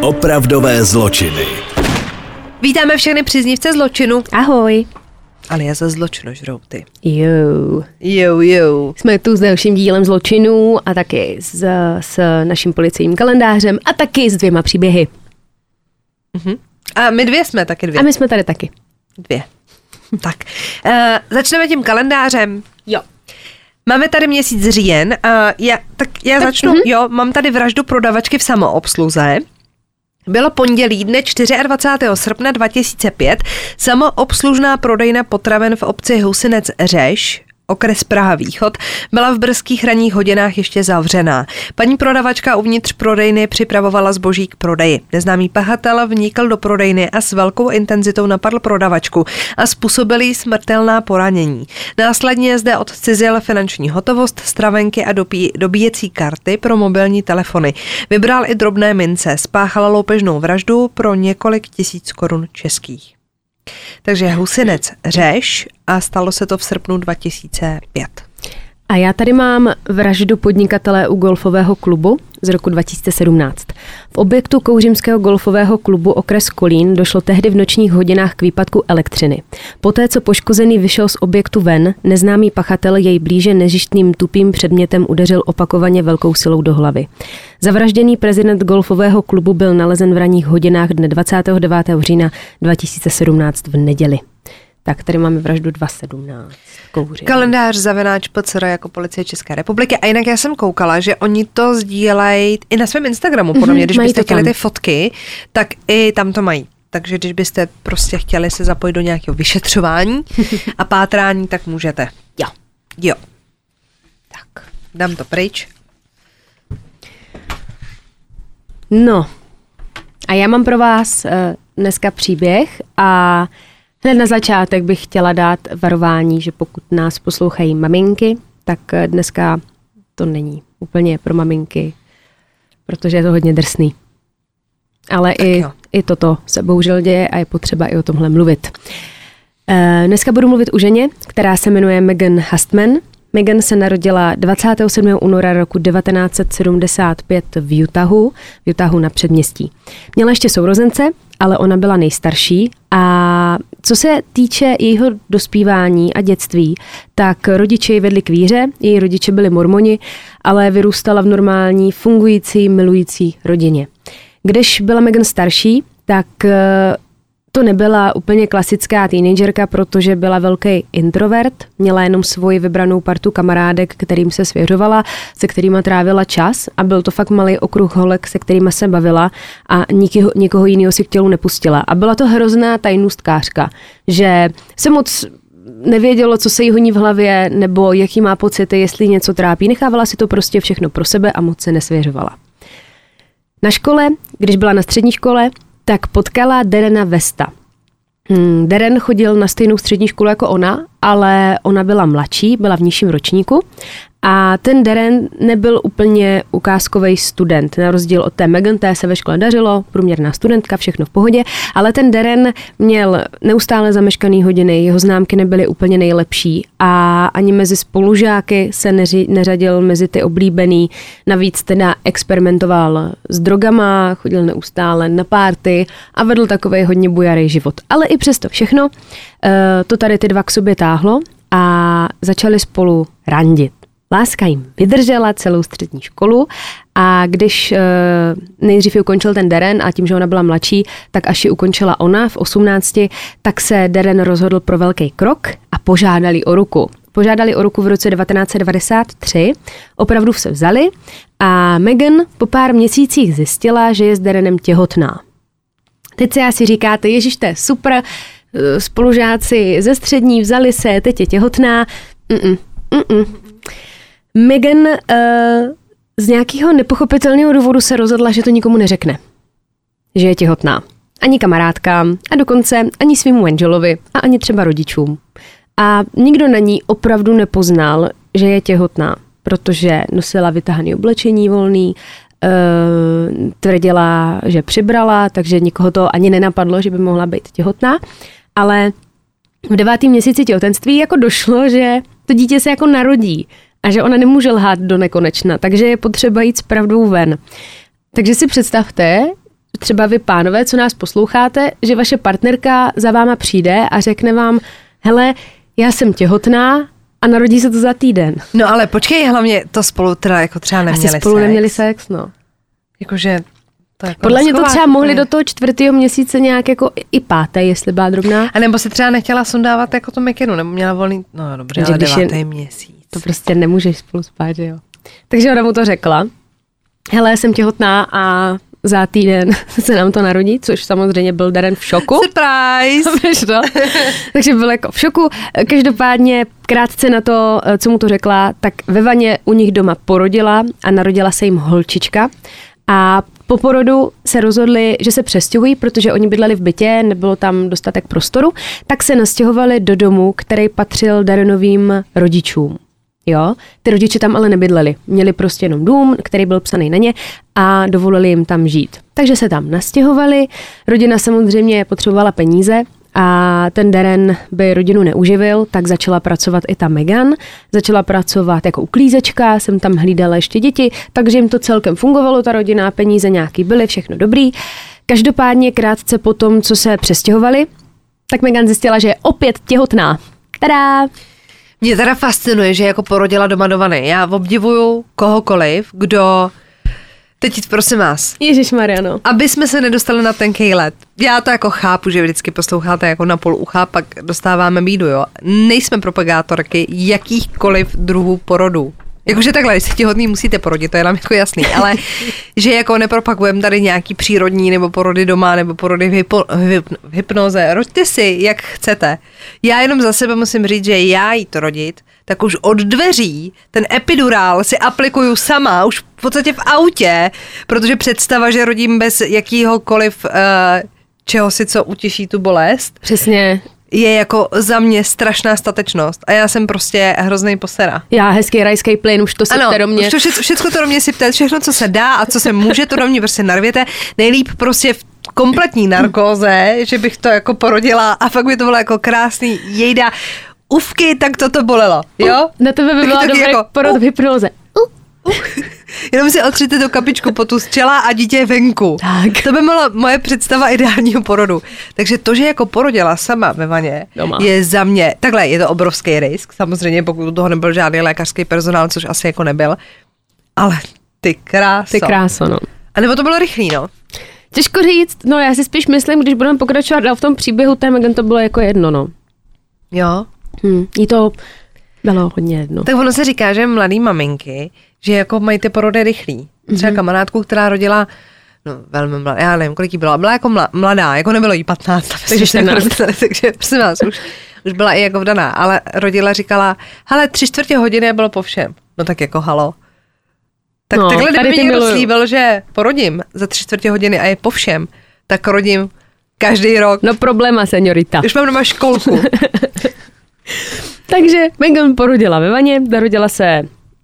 Opravdové zločiny. Vítáme všechny příznivce zločinu. Ahoj. Ale já za zločinožrouty. Jo. Jsme tu s dalším dílem zločinů a taky s naším policejním kalendářem a taky s 2 příběhy. A my 2 jsme taky 2. A my jsme tady taky. 2. Tak, začneme tím kalendářem. Jo. Máme tady měsíc říjen a já začnu. Jo, mám tady vraždu prodavačky v samoobsluze. Bylo pondělí dne 24. srpna 2005. Samoobslužná prodejna potravin v obci Husinec-Řeš, okres Praha Východ, byla v brzkých ranních hodinách ještě zavřená. Paní prodavačka uvnitř prodejny připravovala zboží k prodeji. Neznámý pachatel vnikl do prodejny a s velkou intenzitou napadl prodavačku a způsobil jí smrtelná poranění. Následně zde odcizil finanční hotovost, stravenky a dobíjecí karty pro mobilní telefony. Vybral i drobné mince, spáchal loupežnou vraždu pro několik tisíc korun českých. Takže Husinec Řeš a stalo se to v srpnu 2005. A já tady mám vraždu podnikatele u golfového klubu z roku 2017. V objektu Kouřimského golfového klubu okres Kolín došlo tehdy v nočních hodinách k výpadku elektřiny. Poté, co poškozený vyšel z objektu ven, neznámý pachatel jej blíže nezištným tupým předmětem udeřil opakovaně velkou silou do hlavy. Zavražděný prezident golfového klubu byl nalezen v ranních hodinách dne 29. října 2017 v neděli. Tak tady máme vraždu 2017. Kouři. Kalendář @PCR jako Policie České republiky. A jinak já jsem koukala, že oni to sdílejí i na svém Instagramu, podle mě, když byste chtěli ty fotky, tak i tam to mají. Takže když byste prostě chtěli se zapojit do nějakého vyšetřování a pátrání, tak můžete. Jo. Tak, dám to pryč. No, a já mám pro vás dneska příběh a hned na začátek bych chtěla dát varování, že pokud nás poslouchají maminky, tak dneska to není úplně pro maminky, protože je to hodně drsný. Ale i toto se bohužel děje a je potřeba i o tomhle mluvit. Dneska budu mluvit o ženě, která se jmenuje Megan Hustman. Megan se narodila 27. února roku 1975 v Utahu na předměstí. Měla ještě sourozence, ale ona byla nejstarší a co se týče jejího dospívání a dětství, tak rodiče ji vedli k víře, její rodiče byli mormoni, ale vyrůstala v normální, fungující, milující rodině. Když byla Megan starší, tak to nebyla úplně klasická teenagerka, protože byla velký introvert, měla jenom svoji vybranou partu kamarádek, kterým se svěřovala, se kterýma trávila čas a byl to fakt malý okruh holek, se kterýma se bavila a nikoho jiného si k tělu nepustila. A byla to hrozná tajnůstkářka, že se moc nevědělo, co se jí honí v hlavě nebo jaký má pocity, jestli něco trápí. Nechávala si to prostě všechno pro sebe a moc se nesvěřovala. Na škole, když byla na střední škole, tak potkala Darrena Westa. Darren chodil na stejnou střední školu jako ona, ale ona byla mladší, byla v nižším ročníku a ten Darren nebyl úplně ukázkový student. Na rozdíl od té Megan, té se ve škole dařilo, průměrná studentka, všechno v pohodě, ale ten Darren měl neustále zameškaný hodiny, jeho známky nebyly úplně nejlepší a ani mezi spolužáky se neřadil mezi ty oblíbený. Navíc teda experimentoval s drogama, chodil neustále na párty a vedl takovej hodně bujarý život. Ale i přesto všechno to tady ty dva k sobě táhlo a začali spolu randit. Láska jim vydržela celou střední školu a když nejdřív ji ukončil ten Darren a tím, že ona byla mladší, tak až ji ukončila ona v 18, tak se Darren rozhodl pro velký krok a požádali o ruku. Požádali o ruku v roce 1993, opravdu se vzali a Megan po pár měsících zjistila, že je s Darrenem těhotná. Teď si asi říkáte, ježiš, to je super, spolužáci ze střední vzali se, teď je těhotná. Megan z nějakého nepochopitelného důvodu se rozhodla, že to nikomu neřekne, že je těhotná. Ani kamarádkám a dokonce ani svým manželovi a ani třeba rodičům. A nikdo na ní opravdu nepoznal, že je těhotná, protože nosila vytahané oblečení volný, tvrdila, že přibrala, takže nikoho to ani nenapadlo, že by mohla být těhotná. Ale v 9. měsíci těhotenství jako došlo, že to dítě se jako narodí a že ona nemůže lhát do nekonečna, takže je potřeba jít s pravdou ven. Takže si představte, třeba vy pánové, co nás posloucháte, že vaše partnerka za váma přijde a řekne vám, hele, já jsem těhotná a narodí se to za týden. No ale počkej, hlavně to spolu teda jako třeba neměli sex. Asi spolu neměli sex, no. Jakože to jako podle mě to třeba mohli do toho 4. měsíce nějak jako i 5., jestli byla drobná. A nebo si třeba nechtěla sundávat jako to mikinu, nebo měla volný, no dobře, ale 9. měsíc. To prostě nemůžeš spolu spát, že jo. Takže ona mu to řekla. Hele, jsem těhotná a za týden se nám to narodí, což samozřejmě byl Darren v šoku. Surprise! Takže byl jako v šoku. Každopádně krátce na to, co mu to řekla, tak ve vaně u nich doma porodila a narodila se jim holčička. A po porodu se rozhodli, že se přestěhují, protože oni bydleli v bytě, nebylo tam dostatek prostoru, tak se nastěhovali do domu, který patřil Darrenovým rodičům. Jo, ty rodiče tam ale nebydleli. Měli prostě jenom dům, který byl psaný na ně a dovolili jim tam žít. Takže se tam nastěhovali, rodina samozřejmě potřebovala peníze a ten Darren by rodinu neuživil, tak začala pracovat i ta Meghan. Začala pracovat jako uklízečka, jsem tam hlídala ještě děti, takže jim to celkem fungovalo, ta rodina, peníze nějaký byly, všechno dobrý. Každopádně krátce po tom, co se přestěhovali, tak Meghan zjistila, že je opět těhotná. Tada! Mě teda fascinuje, že jako porodila doma do vany. Já obdivuju kohokoliv, kdo... Teď prosím vás. Ježišmarja, no. Aby jsme se nedostali na tenkej led. Já to jako chápu, že vždycky posloucháte jako na půl ucha, pak dostáváme bídu, jo. Nejsme propagátorky jakýchkoliv druhů porodů. Jakože takhle, když jste těhotný, musíte porodit, to je nám jako jasný, ale že jako nepropagujeme tady nějaký přírodní nebo porody doma, nebo porody v hypnoze. Roďte si, jak chcete. Já jenom za sebe musím říct, že já jít rodit, tak už od dveří ten epidurál si aplikuju sama, už v podstatě v autě, protože představa, že rodím bez jakýhokoliv čeho si, co utěší tu bolest. Přesně. Je jako za mě strašná statečnost a já jsem prostě hroznej posera. Já hezký rajský plyn, už to sypte do mě. Ano, všechno to do mě sypte, všechno, co se dá a co se může, to do mě prostě narvěte. Nejlíp prostě v kompletní narkóze, že bych to jako porodila a fakt by to bylo jako krásný jejda. Ufky, tak to bolelo, jo? Na tebe by byla dobrý jako, porod v hypnoze. Jenom si otřete do kapičku potu z čela a dítě je venku. Tak. To by byla moje představa ideálního porodu. Takže to, že jako porodila sama ve vaně, je za mě, takhle je to obrovský risk, samozřejmě pokud u toho nebyl žádný lékařský personál, což asi jako nebyl, ale ty kráso. Ty kráso, no. A nebo to bylo rychlý, no? Těžko říct, no já si spíš myslím, když budeme pokračovat dál v tom příběhu, té Meghan to bylo jako jedno, no. Jo? Jí to bylo hodně jedno. Tak ono se říká, že mladý maminky, že jako mají ty porody rychlý. Třeba kamarádku, která rodila, no velmi mladá, já nevím, kolik jí byla jako mladá, jako nebylo jí 15, takže 14. Takže prosím vás, už byla i jako vdaná, ale rodila, říkala, hele, 3/4 hodiny bylo po všem. No tak jako halo. Tak no, takhle, kdyby mi někdo slíbil, že porodím za 3/4 hodiny a je po všem, tak rodím každý rok. No problema, seniorita. Už mám doma školku. Takže Meghan porodila ve vaně, narodila se...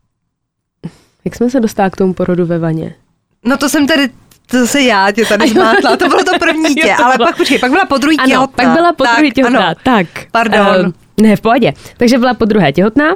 Jak jsme se dostali k tomu porodu ve vaně? No to jsem tady, to zase já tě tady zmátla, to bylo to první tě, ale pak počkej, pak byla podruhý těhotná. Pak byla podruhý těhotná, ano. Tak. Pardon. Ne, v pohodě. Takže byla podruhé těhotná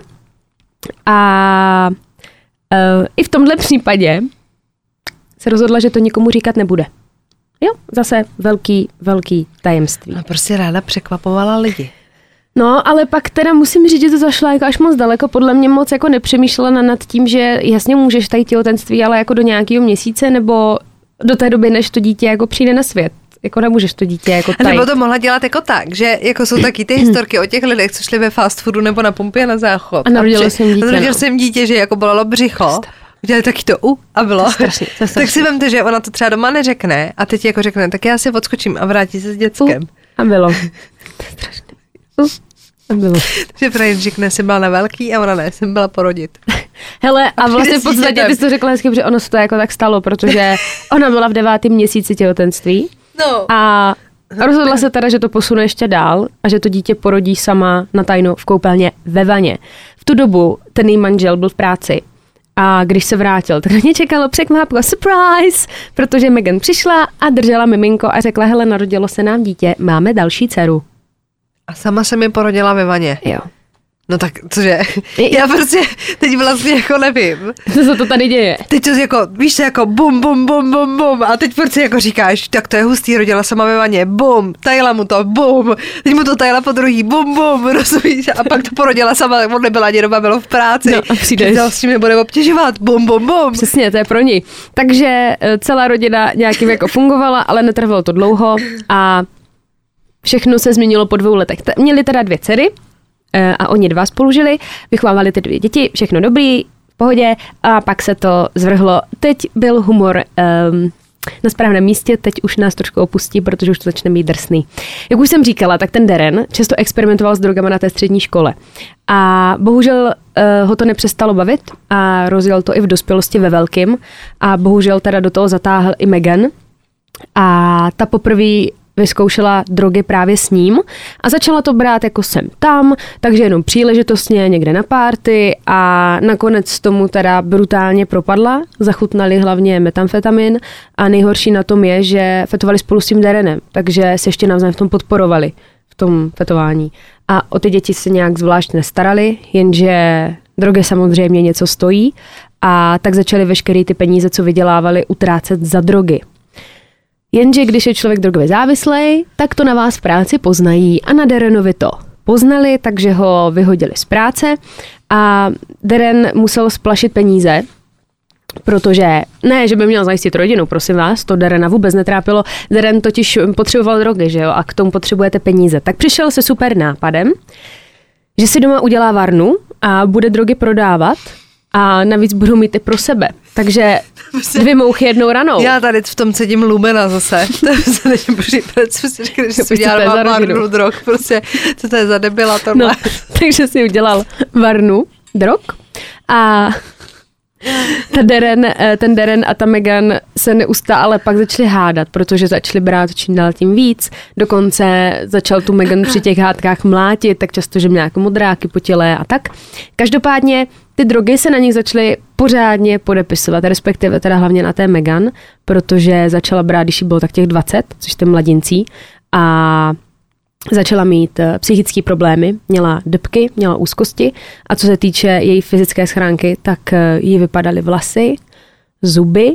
a i v tomhle případě se rozhodla, že to nikomu říkat nebude. Jo, zase velký tajemství. No prostě ráda překvapovala lidi. No, ale pak teda musím říct, že to zašlo jako až moc daleko, podle mě moc jako nepřemýšlela nad tím, že jasně můžeš tady těhotenství, ale jako do nějakého měsíce nebo do té doby, než to dítě jako přijde na svět. Jako nemůžeš to dítě jako tady. Nebo to mohla dělat jako tak, že jako jsou taky ty historky o těch lidech, co šli ve fast foodu nebo na pumpě na záchod. A narodilo jsem dítě, že jako bolelo břicho. Udělali taky to a bylo. To strašný. Tak si vemte, že ona to třeba doma neřekne a teď jako řekne, tak já si odskočím a vrátí se s dětskem. A bylo. Strašný. Takže právě řekne, jsem byla na velký a ona ne, jsem byla porodit. Hele, a vlastně v podstatě ty jsi to řekla hezky, protože ono se to jako tak stalo, protože ona byla v 9. měsíci těhotenství a rozhodla se teda, že to posune ještě dál a že to dítě porodí sama na tajno v koupelně ve vaně. V tu dobu ten její manžel byl v práci a když se vrátil, tak na ně čekalo překvapko, surprise, protože Meghan přišla a držela miminko a řekla, hele, narodilo se nám dítě, máme další dceru. A sama se mi porodila ve vaně. Jo. No tak, cože? Já prostě teď vlastně jako nevím. Co se to tady děje? Teď to jako, víš to jako bum, bum, bum, bum, bum a teď prostě jako říkáš, tak to je hustý, rodila sama ve vaně, bum, tajila mu to, bum, teď mu to tajila po druhý, bum, bum, rozumíš? A pak to porodila sama, on nebyla ani doma, bylo v práci. No a přijdeš. S tím nebude obtěžovat, bum, bum, bum. Přesně, to je pro ní. Takže celá rodina nějakým jako fungovala, ale netrvalo to dlouho a všechno se změnilo po 2 letech. Měli teda 2 dcery a oni 2 spolu žili, vychovávali ty 2 děti, všechno dobrý, v pohodě a pak se to zvrhlo. Teď byl humor na správném místě, teď už nás trošku opustí, protože už to začne být drsný. Jak už jsem říkala, tak ten Darren často experimentoval s drogama na té střední škole. A bohužel ho to nepřestalo bavit a rozjel to i v dospělosti ve velkým. A bohužel teda do toho zatáhl i Megan. A ta poprvé vyzkoušela drogy právě s ním a začala to brát jako sem tam, takže jenom příležitostně někde na párty a nakonec tomu teda brutálně propadla. Zachutnali hlavně metamfetamin a nejhorší na tom je, že fetovali spolu s tím Darrenem, takže se ještě navzájem v tom podporovali, v tom fetování. A o ty děti se nějak zvlášť nestarali, jenže drogy samozřejmě něco stojí a tak začali veškeré ty peníze, co vydělávali, utrácet za drogy. Jenže když je člověk drogově závislej, tak to na vás v práci poznají a na Darrenovi to poznali, takže ho vyhodili z práce a Darren musel splašit peníze, protože ne, že by měl zajistit rodinu, prosím vás, to Darrena vůbec netrápilo. Darren totiž potřeboval drogy, že jo, a k tomu potřebujete peníze. Tak přišel se super nápadem, že si doma udělá varnu a bude drogy prodávat a navíc budou mít i pro sebe. Takže 2 mouchy jednou ranou. Já tady v tom cedím Lumena zase. To je když si udělal varnu drog. Prostě, co to je za debila tohle? No, takže si udělal varnu drog a ten Darren a ta Megan se neustále pak začali hádat, protože začali brát čím dál tím víc. Dokonce začal tu Megan při těch hádkách mlátit, tak často, že měl jako modráky po těle a tak. Každopádně ty drogy se na nich začaly pořádně podepisovat, respektive teda hlavně na té Megan, protože začala brát, když jí bylo tak těch 20, což ty mladincí, a začala mít psychické problémy, měla debky, měla úzkosti a co se týče její fyzické schránky, tak jí vypadaly vlasy, zuby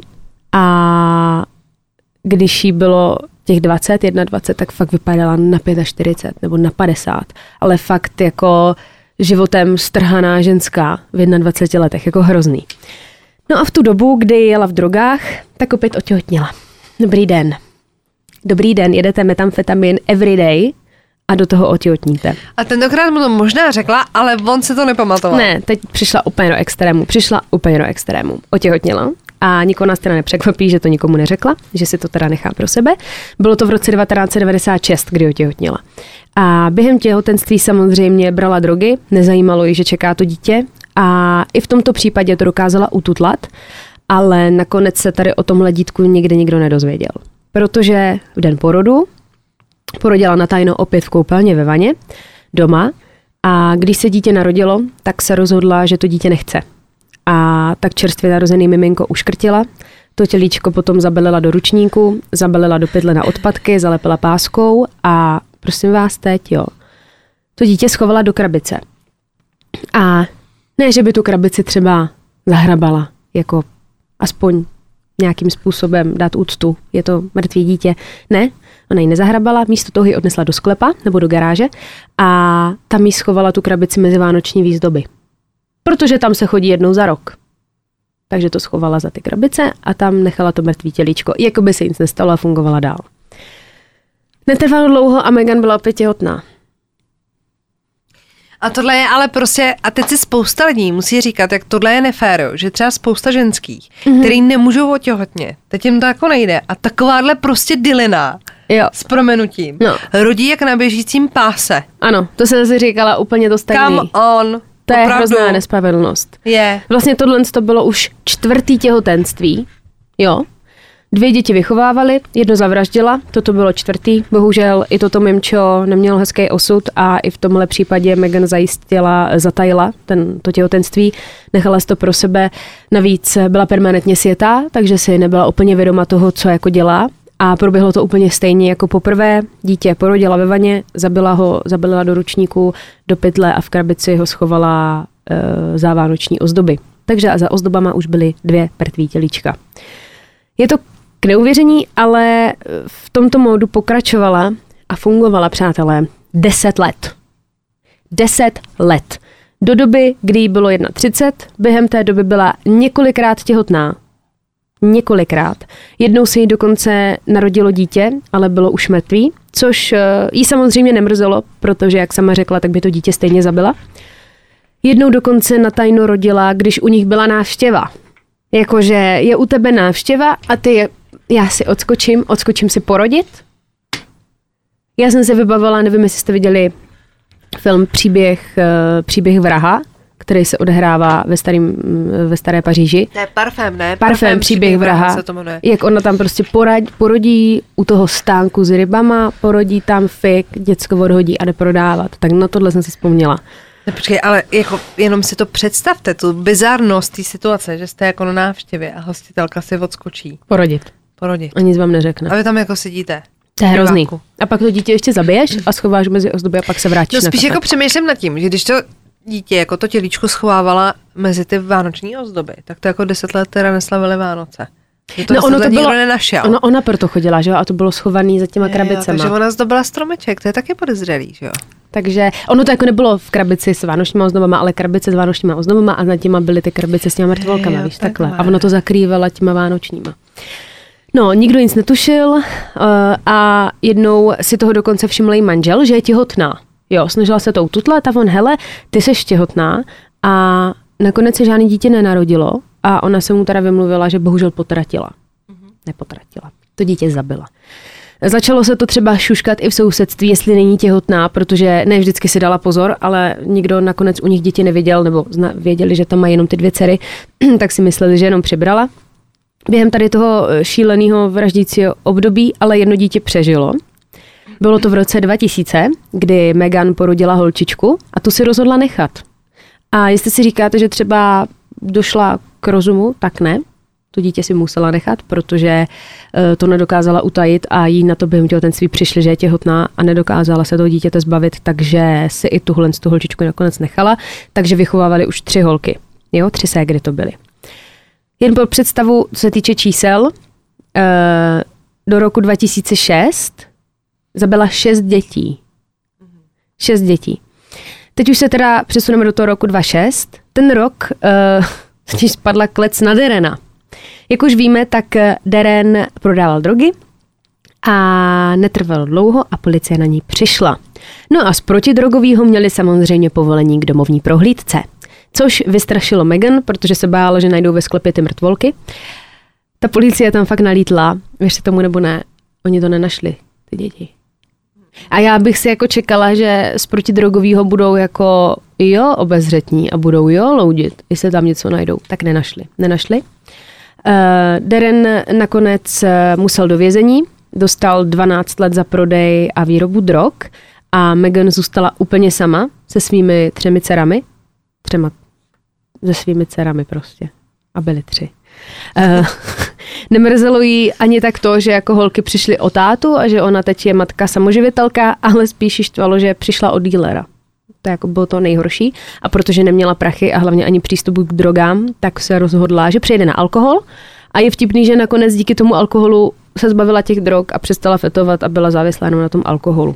a když jí bylo těch 20, 21, tak fakt vypadala na 45 nebo na 50, ale fakt jako životem strhaná ženská v 21 letech, jako hrozný. No a v tu dobu, kdy jela v drogách, tak opět otěhotněla. Dobrý den. Dobrý den, jedete metamfetamin everyday a do toho otěhotníte. A tentokrát mu to možná řekla, ale on se to nepamatoval. Ne, teď přišla úplně do extrému. Otěhotněla a nikoho nás teda nepřekvapí, že to nikomu neřekla, že si to teda nechá pro sebe. Bylo to v roce 1996, kdy otěhotněla. A během těhotenství samozřejmě brala drogy, nezajímalo ji, že čeká to dítě a i v tomto případě to dokázala ututlat, ale nakonec se tady o tomhle dítku nikdy nikdo nedozvěděl. Protože v den porodu porodila natajno opět v koupelně ve vaně, doma, a když se dítě narodilo, tak se rozhodla, že to dítě nechce. A tak čerstvě narozený miminko uškrtila, to tělíčko potom zabalila do ručníku, zabalila do pytle na odpadky, zalepila páskou a prosím vás teď, jo, to dítě schovala do krabice. A ne, že by tu krabici třeba zahrabala, jako aspoň nějakým způsobem dát úctu, je to mrtvý dítě. Ne, ona ji nezahrabala, místo toho ji odnesla do sklepa nebo do garáže a tam jí schovala tu krabici mezi vánoční výzdoby. Protože tam se chodí jednou za rok. Takže to schovala za ty krabice a tam nechala to mrtvý tělíčko. Jako by se nic nestalo a fungovala dál. Netrvalo dlouho a Megan byla opět těhotná. A tohle je ale prostě, a teď si spousta lidí musí říkat, jak tohle je neféro, že třeba spousta ženských, který nemůžou otěhotnět, teď jim to jako nejde a takováhle prostě dilina, jo, s promenutím, no, rodí jak na běžícím páse. Ano, to se zase říkala úplně to stejný. Come on. To je hrozná nespravedlnost. Je. Vlastně tohle to bylo už 4. těhotenství, jo. 2 děti vychovávali, 1 zavraždila, toto bylo 4. Bohužel i toto mimčo nemělo hezký osud a i v tomhle případě Megan zatajila to těhotenství, nechala si to pro sebe, navíc byla permanentně sjetá, takže si nebyla úplně vědoma toho, co jako dělá A proběhlo to úplně stejně jako poprvé. Dítě porodila ve vaně, zabila do ručníku, do pytle a v krabici ho schovala za vánoční ozdoby. Takže za ozdobama už byly 2 mrtvý tělíčka. Je to k neuvěření, ale v tomto módu pokračovala a fungovala, přátelé, 10 let. 10 let. Do doby, kdy jí bylo 31, během té doby byla několikrát těhotná. Několikrát. Jednou se jí dokonce narodilo dítě, ale bylo už mrtvý, což jí samozřejmě nemrzelo, protože, jak sama řekla, tak by to dítě stejně zabila. Jednou dokonce natajno rodila, když u nich byla návštěva. Jakože je u tebe návštěva a já si odskočím si porodit. Já jsem se vybavila, nevím, jestli jste viděli film Příběh vraha, který se odehrává ve staré Paříži. To je Parfém, ne? Parfém, Příběh vraha. Jak ona tam prostě porodí u toho stánku s rybama, porodí tam fik, děcko odhodí a jde prodávat. Tak na tohle jsem si vzpomněla. No počkej, ale jako jenom si to představte, tu bizarnost té situace, že jste jako na návštěvě a hostitelka si odskočí. Porodit. A nic vám neřekne. A vy tam jako sedíte. To je hrozný. A pak to dítě ještě zabiješ a schováš mezi ozdoby a pak se vrátíš. No spíš jako přemýšlím nad tím, že když to dítě jako to tělíčko schovávala mezi ty vánoční ozdoby, tak to jako 10 let teda neslavili Vánoce. Že to ono to nikdo nenašel. Ona proto chodila, že jo, a to bylo schovaný za těma krabicema. Takže ona zdobila stromeček, to je taky podezřelý, že jo. Takže ono to jako nebylo v krabici s vánočníma ozdobama, ale krabice s vánočníma ozdobama a nad těma byly ty krabice s těma mrtvolkama, víš, takhle. A ono to zakrývala těma vánočníma. No, nikdo nic netušil a jednou si toho dokonce všiml její manžel, že je těhotná. Jo, snažila se to ututlat a on, hele, ty seš těhotná a nakonec se žádný dítě nenarodilo a ona se mu teda vymluvila, že bohužel potratila. Nepotratila. To dítě zabila. Začalo se to třeba šuškat i v sousedství, jestli není těhotná, protože ne vždycky si dala pozor, ale nikdo nakonec u nich děti neviděl, nebo věděli, že tam mají jenom ty 2 dcery, tak si mysleli, že jenom přibrala. Během tady toho šíleného vraždícího období ale jedno dítě přežilo. Bylo to v roce 2000, kdy Meghan porodila holčičku a tu si rozhodla nechat. A jestli si říkáte, že třeba došla k rozumu, tak ne. To dítě si musela nechat, protože to nedokázala utajit a jí na to během těhotenství přišli, že je těhotná a nedokázala se toho dítěte zbavit, takže si i tu holčičku nakonec nechala, takže vychovávali už 3 holky. Jo, 3 ségry to byly. Jen pro představu, co se týče čísel, do roku 2006 zabila 6 dětí. 6 dětí. Teď už se teda přesuneme do toho roku 2006. Ten rok totiž spadla klec na Darrena. Jak už víme, tak Darren prodával drogy a netrvalo dlouho a policie na ní přišla. No a z protidrogovýho měli samozřejmě povolení k domovní prohlídce, což vystrašilo Meghan, protože se bála, že najdou ve sklepě ty mrtvolky. Ta policie tam fakt nalítla, věřte tomu nebo ne, oni to nenašli, ty děti. A já bych si jako čekala, že z protidrogovýho budou jako obezřetní a budou loudit, jestli tam něco najdou. Tak nenašli. Darren nakonec musel do vězení, dostal 12 let za prodej a výrobu drog a Meghan zůstala úplně sama se svými 3 dcerami. Se svými dcerami prostě. A byly 3. Nemrzelo jí ani tak to, že jako holky přišly o tátu a že ona teď je matka samoživitelka, ale spíš jí štvalo, že přišla od dílera. To jako bylo to nejhorší. A protože neměla prachy a hlavně ani přístup k drogám, tak se rozhodla, že přejde na alkohol. A je vtipný, že nakonec díky tomu alkoholu se zbavila těch drog a přestala fetovat a byla závislá jenom na tom alkoholu.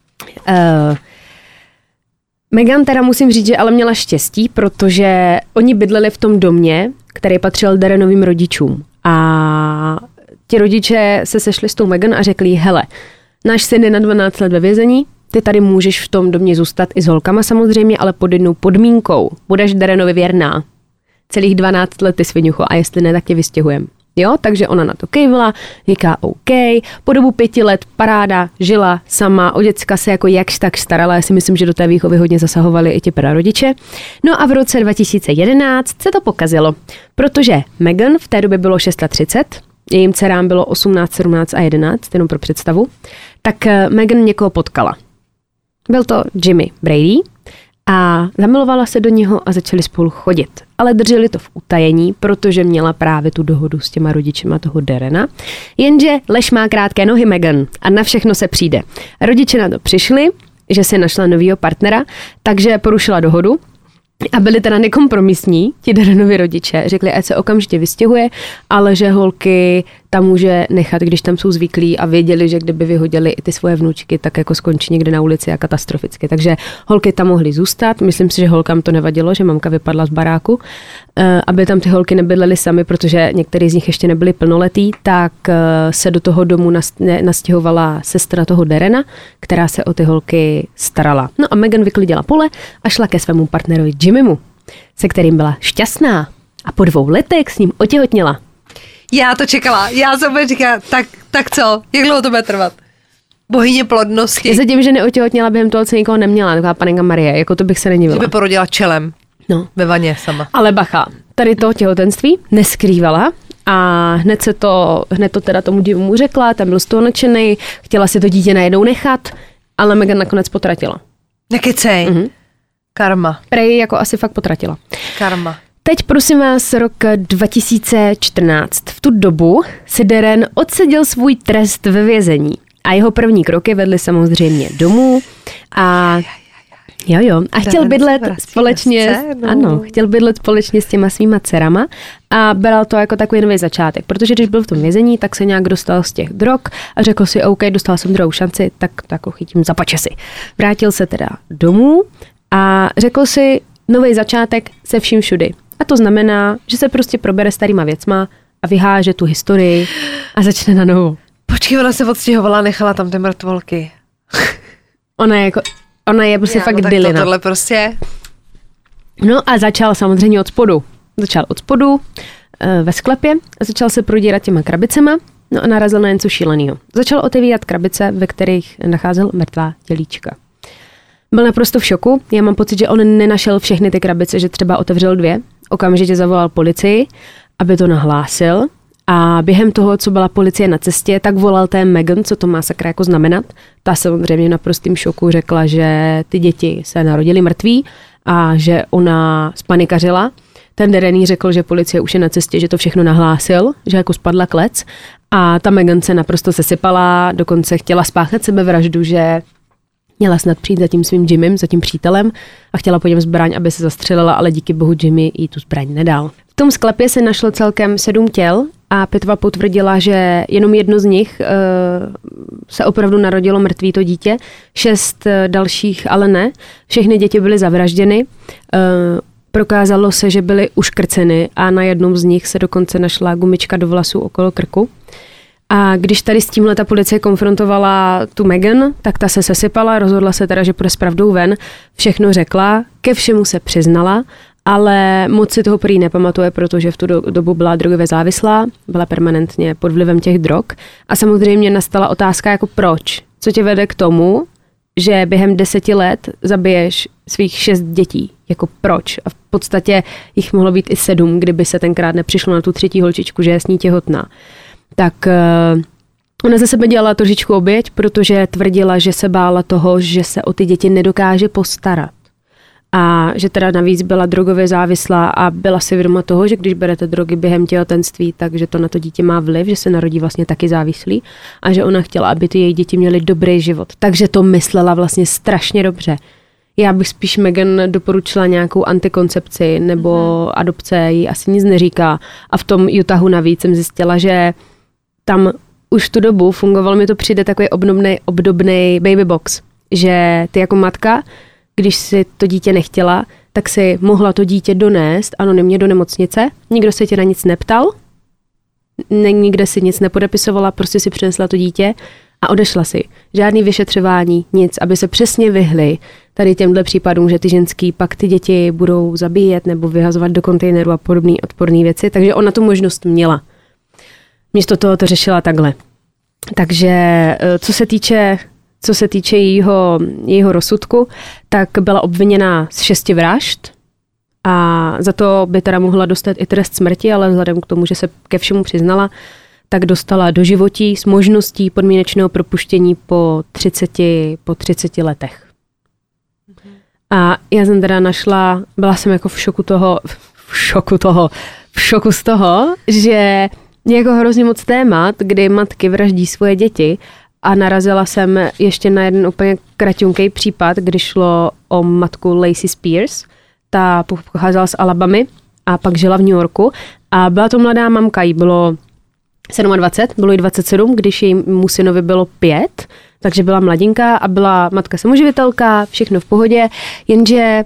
Meghan teda musím říct, že ale měla štěstí, protože oni bydleli v tom domě, který patřil Darrenovým rodičům. A ti rodiče se sešli s tou Meghan a řekli jí, hele, náš syn je na 12 let ve vězení, ty tady můžeš v tom domě zůstat i s holkama samozřejmě, ale pod jednou podmínkou. Budeš Darrenovi věrná. Celých 12 let ty sviňucho a jestli ne, tak tě vystěhujem. Jo, takže ona na to kejvla, říká OK, po dobu 5 let paráda, žila sama, o děcka se jako jakž tak starala, já si myslím, že do té výchovy hodně zasahovali i ti prarodiče. No a v roce 2011 se to pokazilo, protože Meghan v té době bylo 630, jejím dcerám bylo 18, 17 a 11, jenom pro představu, tak Meghan někoho potkala. Byl to Jimmy Brady A zamilovala se do něho a začali spolu chodit. Ale drželi to v utajení, protože měla právě tu dohodu s těma rodičema toho Darrena. Jenže lež má krátké nohy, Meghan, a na všechno se přijde. Rodiče na to přišli, že si našla novýho partnera, takže porušila dohodu. A byli teda nekompromisní, ti Darrenovi rodiče. Řekli, ať se okamžitě vystěhuje, ale že holky tam může nechat, když tam jsou zvyklí a věděli, že kdyby vyhodili i ty svoje vnučky, tak jako skončí někde na ulici a katastroficky. Takže holky tam mohly zůstat. Myslím si, že holkám to nevadilo, že mamka vypadla z baráku, aby tam ty holky nebydlely sami, protože některý z nich ještě nebyli plnoletí, tak se do toho domu nastěhovala sestra toho Darrena, která se o ty holky starala. No a Meghan vyklidila pole a šla ke svému partnerovi Jimmymu, se kterým byla šťastná a po 2 letech s ním otěhotněla. Já to čekala. Já jsem úplně říkala, tak co? Jak dlouho to bude trvat? Bohyně plodnosti. Já se tím, že neotěhotněla během toho, co nikoho neměla, taková panenka Marie, jako to bych se nedivila. Že by porodila čelem. No. Ve vaně sama. Ale bacha, tady to těhotenství neskrývala a hned to teda tomu Jimmymu řekla, tam byl z toho nadšenej, chtěla si to dítě najednou nechat, ale Meghan nakonec potratila. Nekecej. Karma. Prej jako asi fakt potratila. Karma. Teď prosím vás rok 2014. V tu dobu si Darren odseděl svůj trest ve vězení a jeho první kroky vedly samozřejmě domů a chtěl bydlet společně, chtěl bydlet společně s těma svýma dcerama a bral to jako takový nový začátek, protože když byl v tom vězení, tak se nějak dostal z těch drog a řekl si, OK, dostal jsem druhou šanci, tak to jako chytím za pačesy. Vrátil se teda domů a řekl si nový začátek se vším všudy. A to znamená, že se prostě probere starýma věcma a vyháže tu historii a začne na novo. Počkej, ona se odstěhovala a nechala tam ty mrtvolky. Ona je prostě fakt dilina. Tohle prostě. No a začal samozřejmě od spodu. Začal od spodu ve sklepě a začal se prodírat těma krabicema, no a narazil na něco šílenýho. Začal otevírat krabice, ve kterých nacházel mrtvá tělíčka. Byl naprosto v šoku. Já mám pocit, že on nenašel všechny ty krabice, že třeba otevřel 2. Okamžitě zavolal policii, aby to nahlásil. A během toho, co byla policie na cestě, tak volal té Meghan, co to má sakra jako znamenat. Ta samozřejmě v naprostým šoku řekla, že ty děti se narodily mrtví a že ona spanikařila. Ten Darren řekl, že policie už je na cestě, že to všechno nahlásil, že jako spadla klec. A ta Meghan se naprosto sesypala, dokonce chtěla spáchat sebevraždu, že měla snad přijít za tím svým Jimmym, za tím přítelem a chtěla po něm zbraň, aby se zastřelila, ale díky bohu Jimmy jí tu zbraň nedal. V tom sklepě se našlo celkem 7 těl a pitva potvrdila, že jenom jedno z nich se opravdu narodilo mrtvý to dítě, 6 dalších ale ne. Všechny děti byly zavražděny. Prokázalo se, že byly uškrceny a na jednom z nich se dokonce našla gumička do vlasů okolo krku. A když tady s tímhle ta policie konfrontovala tu Meghan, tak ta se sesypala, rozhodla se teda, že půjde s pravdou ven, všechno řekla, ke všemu se přiznala, ale moc si toho prý nepamatuje, protože v tu dobu byla drogově závislá, byla permanentně pod vlivem těch drog a samozřejmě nastala otázka jako proč, co tě vede k tomu, že během 10 let zabiješ svých 6 dětí, jako proč a v podstatě jich mohlo být i 7, kdyby se tenkrát nepřišlo na tu 3. holčičku, že je s ní těhotná. Tak ona ze sebe dělala trošičku oběť, protože tvrdila, že se bála toho, že se o ty děti nedokáže postarat. A že teda navíc byla drogově závislá a byla si vědoma toho, že když berete drogy během těhotenství, takže to na to dítě má vliv, že se narodí vlastně taky závislý a že ona chtěla, aby ty její děti měly dobrý život. Takže to myslela vlastně strašně dobře. Já bych spíš Meghan doporučila nějakou antikoncepci nebo adopce, jí asi nic neříká. A v tom Utahu navíc jsem zjistila, že tam už v tu dobu fungoval, mi to přijde takový obdobný baby box, že ty jako matka, když si to dítě nechtěla, tak si mohla to dítě donést anonymně do nemocnice, nikdo se tě na nic neptal, nikde si nic nepodepisovala, prostě si přinesla to dítě a odešla si. Žádný vyšetřování, nic, aby se přesně vyhly tady těmhle případům, že ty ženský pak ty děti budou zabíjet nebo vyhazovat do kontejneru a podobné odporné věci, takže ona tu možnost měla. Místo toho to řešila takhle. Takže co se týče jejího rozsudku, tak byla obviněna z 6 vražd a za to by teda mohla dostat i trest smrti, ale vzhledem k tomu, že se ke všemu přiznala, tak dostala doživotí s možností podmínečného propuštění po 30 letech. A já jsem teda našla, byla jsem jako v šoku z toho, že je jako hrozně moc témat, kdy matky vraždí svoje děti a narazila jsem ještě na jeden úplně kratunký případ, kdy šlo o matku Lacey Spears. Ta pocházela z Alabamy a pak žila v New Yorku a byla to mladá mamka, jí bylo 27, bylo jí 27, když jejímu synovi bylo 5, takže byla mladinka a byla matka samoživitelka, všechno v pohodě, jenže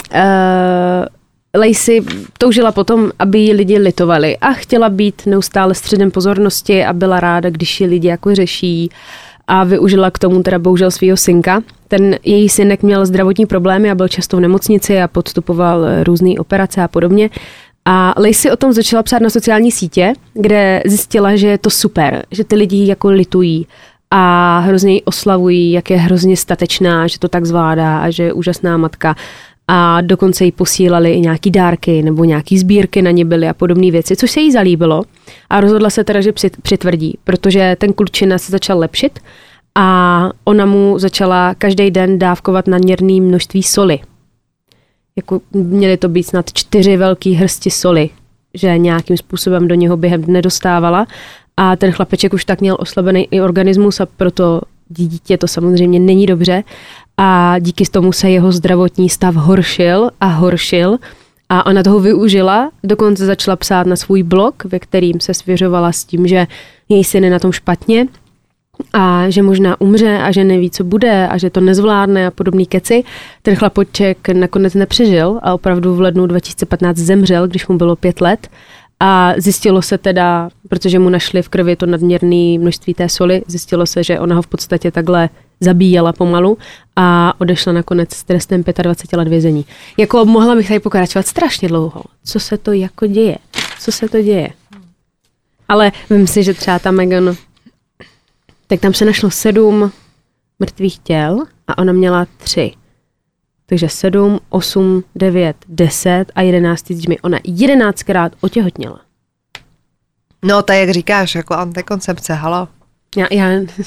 Lacey toužila potom, aby ji lidi litovali a chtěla být neustále středem pozornosti a byla ráda, když ji lidi jako řeší a využila k tomu teda bohužel svýho synka. Ten její synek měl zdravotní problémy a byl často v nemocnici a podstupoval různé operace a podobně. A Lacey o tom začala psát na sociální sítě, kde zjistila, že je to super, že ty lidi jako litují a hrozně ji oslavují, jak je hrozně statečná, že to tak zvládá a že je úžasná matka. A dokonce jí posílali i nějaký dárky nebo nějaký sbírky na ně byly a podobné věci, což se jí zalíbilo. A rozhodla se teda, že přitvrdí, protože ten klučina se začal lepšit a ona mu začala každý den dávkovat nadměrné množství soli. Jako měly to být snad 4 velký hrsti soli, že nějakým způsobem do něho během dne dostávala. A ten chlapeček už tak měl oslabený i organismus a proto dítě to samozřejmě není dobře. A díky tomu se jeho zdravotní stav horšil a ona toho využila, dokonce začala psát na svůj blog, ve kterým se svěřovala s tím, že její syn je na tom špatně a že možná umře a že neví, co bude a že to nezvládne a podobný keci. Ten chlapoček nakonec nepřežil a opravdu v lednu 2015 zemřel, když mu bylo 5 let. A zjistilo se teda, protože mu našli v krvi to nadměrné množství té soli, zjistilo se, že ona ho v podstatě takhle zabíjela pomalu a odešla nakonec s trestem 25 let vězení. Jako mohla bych tady pokračovat strašně dlouho. Co se to jako děje? Co se to děje? Ale vím si, že třeba ta Meghan, tak tam se našlo 7 mrtvých těl a ona měla 3. Takže 7, 8, 9, 10 a 11 s dětmi. Ona 11krát otěhotněla. No, to jak říkáš, jako antikoncepce, halo. Já...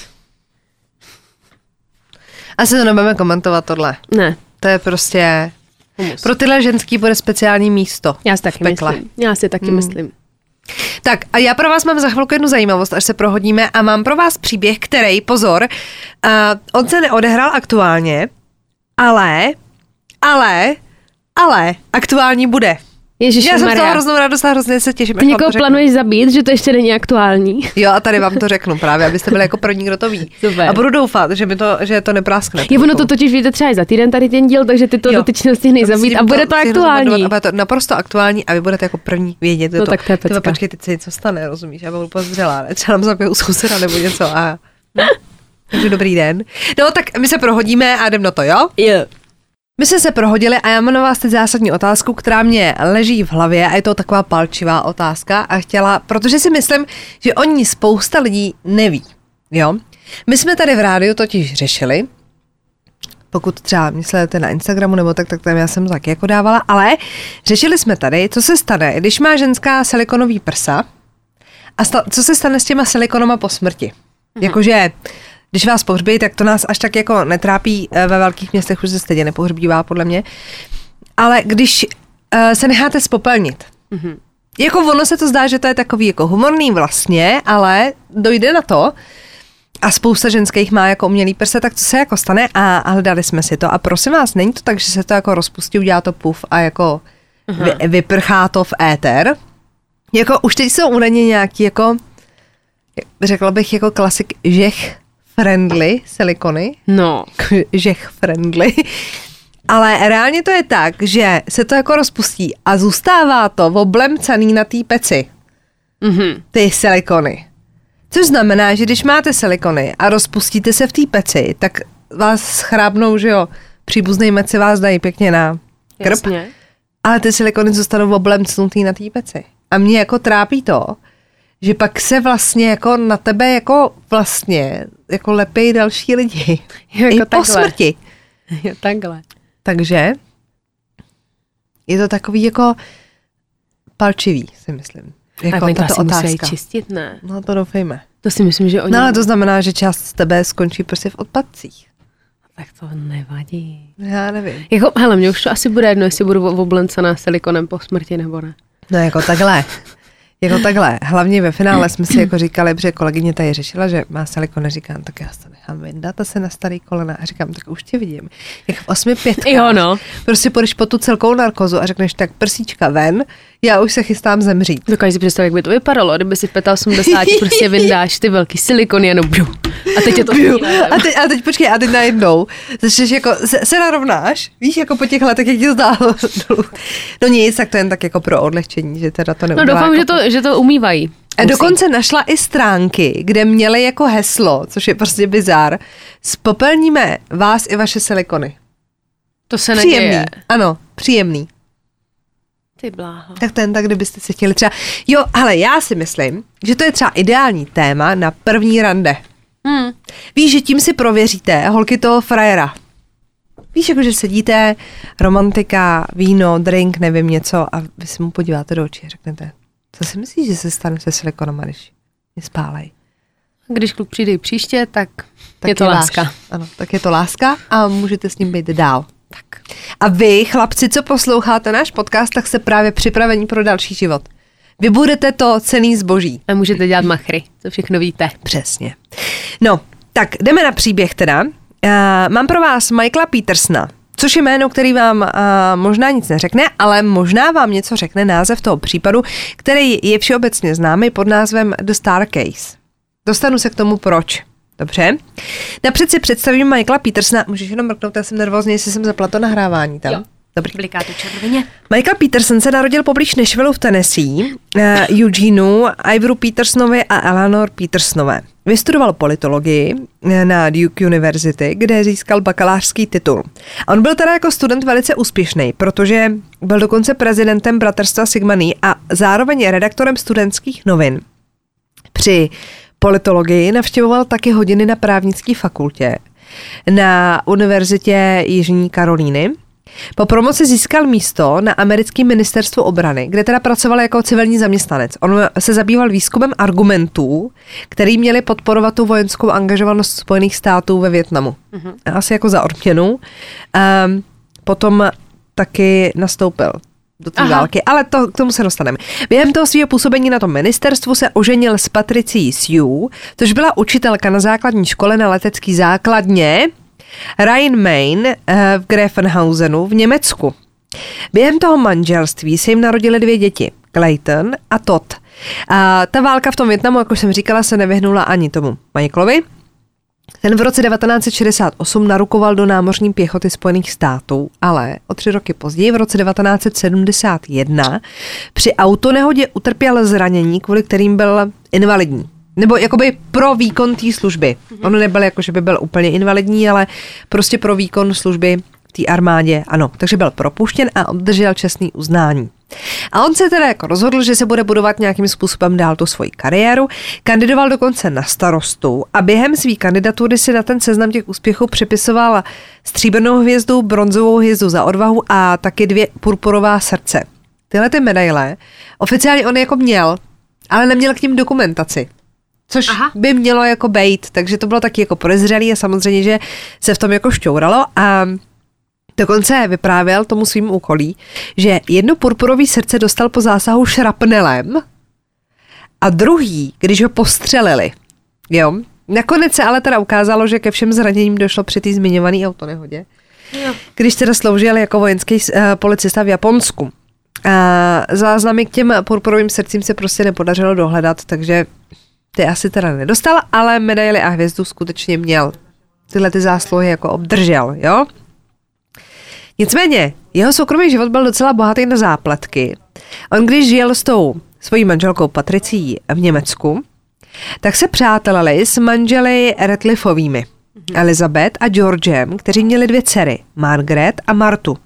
Asi to nebudeme komentovat tohle. Ne. To je prostě... Humus. Pro tyhle ženský bude speciální místo. Já si taky myslím. Tak a já pro vás mám za chvilku jednu zajímavost, až se prohodíme a mám pro vás příběh, který, pozor, on se neodehrál aktuálně, ale aktuální bude. Ježiši, já jsem z toho hroznou radost a hrozně se těším. Ty někoho plánuješ zabít, že to ještě není aktuální. Jo, a tady vám to řeknu právě, abyste byli jako první, kdo to ví. Super. A budu doufat, že to nepráskne. Jo, ono to totiž víte třeba i za týden tady ten díl, takže ty to dotyčně stihnej zabít a bude to aktuální. A bude to naprosto aktuální a vy budete jako první vědět. No tak to je pecka. Počkej, teď se něco stane, rozumíš? Já budu pozřelá, ne? Třeba nám zabiju souseda nebo něco a... Takže dobrý den. No tak my se prohodíme a jdem na to, jo? Jo. My jsme se prohodili a já mám na vás teď zásadní otázku, která mě leží v hlavě a je to taková palčivá otázka a protože si myslím, že o ní spousta lidí neví, jo. My jsme tady v rádiu totiž řešili, pokud třeba myslíte na Instagramu nebo tak tam já jsem taky jako dávala, ale řešili jsme tady, co se stane, když má ženská silikonový prsa a co se stane s těma silikonama po smrti. Jakože když vás pohřbí, tak to nás až tak jako netrápí, ve velkých městech už se stejně nepohřbívá, podle mě. Ale když se necháte spopelnit, jako ono se to zdá, že to je takový jako humorný vlastně, ale dojde na to a spousta ženských má jako umělý prse, tak co se jako stane a hledali jsme si to. A prosím vás, není to tak, že se to jako rozpustí, udělá to puf a jako vyprchá to v éter. Jako už teď jsou údajně nějaký jako, řekla bych jako klasik žech friendly silikony. No. Žech friendly. Ale reálně to je tak, že se to jako rozpustí a zůstává to oblemcaný na té peci. Ty silikony. Což znamená, že když máte silikony a rozpustíte se v té peci, tak vás schrábnou, že jo, příbuznej meci vás dají pěkně na krb. Jasně. Ale ty silikony zůstanou oblemcnutý na té peci. A mě jako trápí to, že pak se vlastně jako na tebe jako vlastně jako lepí další lidi. Jako i takhle. po smrti. Jo, takhle. Takže je to takový jako palčivý, si myslím. Jako to asi otázka. musí čistit, ne? No to doufejme. To si myslím, že oni... No ale to znamená, že část z tebe skončí prostě v odpadcích. Tak to nevadí. Já nevím. Jako, hele, mě už to asi bude jedno, jestli budu oblencená silikonem po smrti nebo ne. No jako takhle. Hlavně ve finále jsme si jako říkali, protože kolegyně tady řešila, že má silikon, a říkám, tak já se nechám vyndat a se na starý kolena a říkám, tak už tě vidím. Jak v 8-5. Jo, no. Prostě půjdeš po tu celkou narkozu a řekneš, tak prsíčka ven, já už se chystám zemřít. Dokážeš si představit, jak by to vypadalo, kdyby si v 85 prostě vyndáš ty velký silikon jenom bňu. A teď je to a teď počkej, a teď najednou začneš jako, se narovnáš, víš, jako po těch letech, jak ti to dálo dolů. No nic, tak to jen tak jako pro odlehčení, že teda to neudělá. No doufám, jako že to umývají. A dokonce našla i stránky, kde měly jako heslo, což je prostě bizár, spopelníme vás i vaše silikony. To se příjemný. Neděje. Ano, příjemný. Ty bláho. Tak to jen tak, kdybyste si chtěli třeba... Jo, ale já si myslím, že to je třeba ideální téma na první rande. Víš, že tím si prověříte holky toho frajera. Víš, jako že sedíte, romantika, víno, drink, nevím něco a vy si mu podíváte do očí a řeknete, co si myslíš, že se stane se silikonama, když mě spálej? Když kluk přijde příště, tak je to láska. Ano, tak je to láska a můžete s ním být dál. Tak. A vy, chlapci, co posloucháte náš podcast, tak jste právě připraveni pro další život. Vy budete to cenný zboží. A můžete dělat machry, co všechno víte. Přesně. No, tak jdeme na příběh teda. Mám pro vás Michaela Petersona, což je jméno, který vám možná nic neřekne, ale možná vám něco řekne název toho případu, který je všeobecně známý pod názvem The Star Case. Dostanu se k tomu proč. Dobře. Napřed si představím Michaela Petersona. Můžeš jenom mrknout, já jsem nervózní, jestli jsem zapla to nahrávání tam. Jo. Dobrý. Bliká to červeně. Michael Peterson se narodil poblíž Nashville v Tennessee, Eugeneu, Ivoru Petersonovi a Eleanor Petersonové. Vystudoval politologii na Duke University, kde získal bakalářský titul. A on byl teda jako student velice úspěšný, protože byl dokonce prezidentem bratrstva Sigma Nu a zároveň redaktorem studentských novin. Při politologii navštěvoval taky hodiny na právnické fakultě na Univerzitě Jižní Karolíny. Po promoci získal místo na americkém ministerstvu obrany, kde teda pracoval jako civilní zaměstnanec. On se zabýval výzkumem argumentů, který měli podporovat tu vojenskou angažovanost Spojených států ve Vietnamu. Asi jako za odměnu. Potom taky nastoupil do té války, ale k tomu se dostaneme. Během toho svého působení na tom ministerstvu se oženil s Patricií Sue, což byla učitelka na základní škole na letecký základně Rhein-Main v Grafenhausenu v Německu. Během toho manželství se jim narodily 2 děti, Clayton a Todd. A ta válka v tom Vietnamu, jak už jsem říkala, se nevyhnula ani tomu Michaelovi. Ten v roce 1968 narukoval do námořní pěchoty Spojených států, ale o 3 roky později, v roce 1971, při autonehodě utrpěl zranění, kvůli kterým byl invalidní. Nebo jakoby pro výkon té služby. On nebyl jako, že by byl úplně invalidní, ale prostě pro výkon služby v té armádě, ano. Takže byl propuštěn a obdržel čestné uznání. A on se teda jako rozhodl, že se bude budovat nějakým způsobem dál tu svoji kariéru. Kandidoval dokonce na starostu a během své kandidatury si na ten seznam těch úspěchů připisoval stříbrnou hvězdu, bronzovou hvězdu za odvahu a taky 2 purpurová srdce. Tyhle ty medaile oficiálně on jako měl, ale neměl k ním dokumentaci. Což by mělo jako bejt, takže to bylo taky jako podezřelý a samozřejmě, že se v tom jako šťouralo a dokonce vyprávěl tomu svým úkolí, že 1 purpurový srdce dostal po zásahu šrapnelem a druhý, když ho postřelili. Jo. Nakonec se ale teda ukázalo, že ke všem zraněním došlo při té zmiňované autonehodě, když teda sloužil jako vojenský policista v Japonsku. A záznamy k těm purpurovým srdcím se prostě nepodařilo dohledat, takže ty asi teda nedostal, ale medaili a hvězdu skutečně měl. Tyhle ty zásluhy jako obdržel, jo? Nicméně, jeho soukromý život byl docela bohatý na zápletky. On když žil s tou svojí manželkou Patricií v Německu, tak se přátelili s manželi Radcliffovými, Elizabeth a Georgem, kteří měli 2 dcery, Margaret a Martu.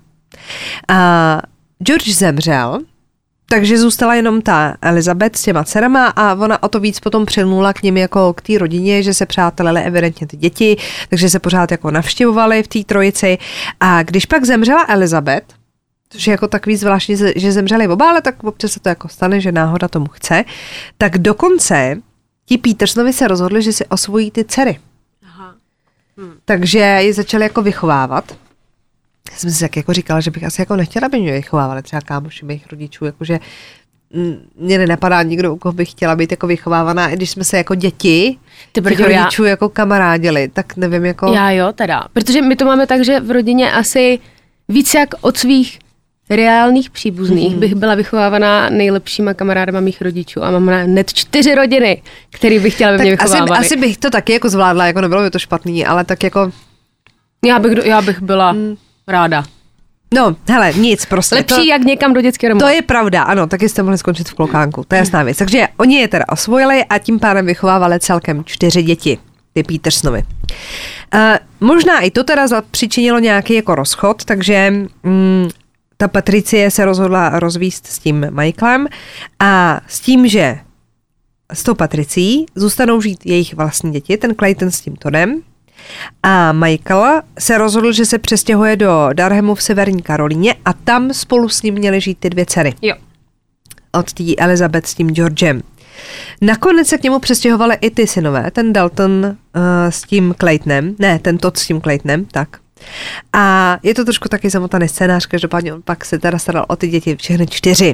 A George zemřel, takže zůstala jenom ta Elizabeth s těma dcerama a ona o to víc potom přilnula k nim jako k té rodině, že se přátelili evidentně ty děti, takže se pořád jako navštěvovali v té trojici. A když pak zemřela Elizabeth, což je jako takový zvláštní, že zemřeli oba, ale tak občas se to jako stane, že náhoda tomu chce, tak dokonce ti Petersonovi se rozhodli, že si osvojí ty dcery. Takže ji začali jako vychovávat. Já jsem si tak jako říkala, že bych asi jako nechtěla, aby mě vychovávali třeba kámoši mých rodičů, jakože mě nenapadá nikdo, u koho bych chtěla být jako vychovávaná, i když jsme se jako děti těch rodičů jako kamarádili, tak nevím jako... Já jo teda, protože my to máme tak, že v rodině asi víc jak od svých reálných příbuzných bych byla vychovávaná nejlepšíma kamarádama mých rodičů a mám hned 4 rodiny, který bych chtěla, aby mě vychovávali. Asi bych to taky jako zvládla, jako nebylo by to špatný, ale tak jako... Já bych byla ráda. No, hele, nic prostě. Lepší jak někam do dětského domova. To je pravda, ano, taky jste mohli skončit v klokánku, to je jasná věc. Takže oni je teda osvojili a tím pádem vychovávali celkem 4 děti, ty Petersonovi. Možná i to teda zapříčinilo nějaký jako rozchod, takže ta Patricie se rozhodla rozvíst s tím Michaelem a s tím, že s tou Patricií zůstanou žít jejich vlastní děti, ten Clayton s tím Toddem. A Michael se rozhodl, že se přestěhuje do Durhamu v Severní Karolíně a tam spolu s ním měly žít ty 2 dcery. Jo. Od té Elizabeth s tím Georgem. Nakonec se k němu přestěhovali i ty synové, ten Dalton s tím Claytonem, ne, ten Todd s tím Claytonem, tak. A je to trošku taky zamotaný scénář, každopádně on pak se teda staral o ty děti, všechny 4.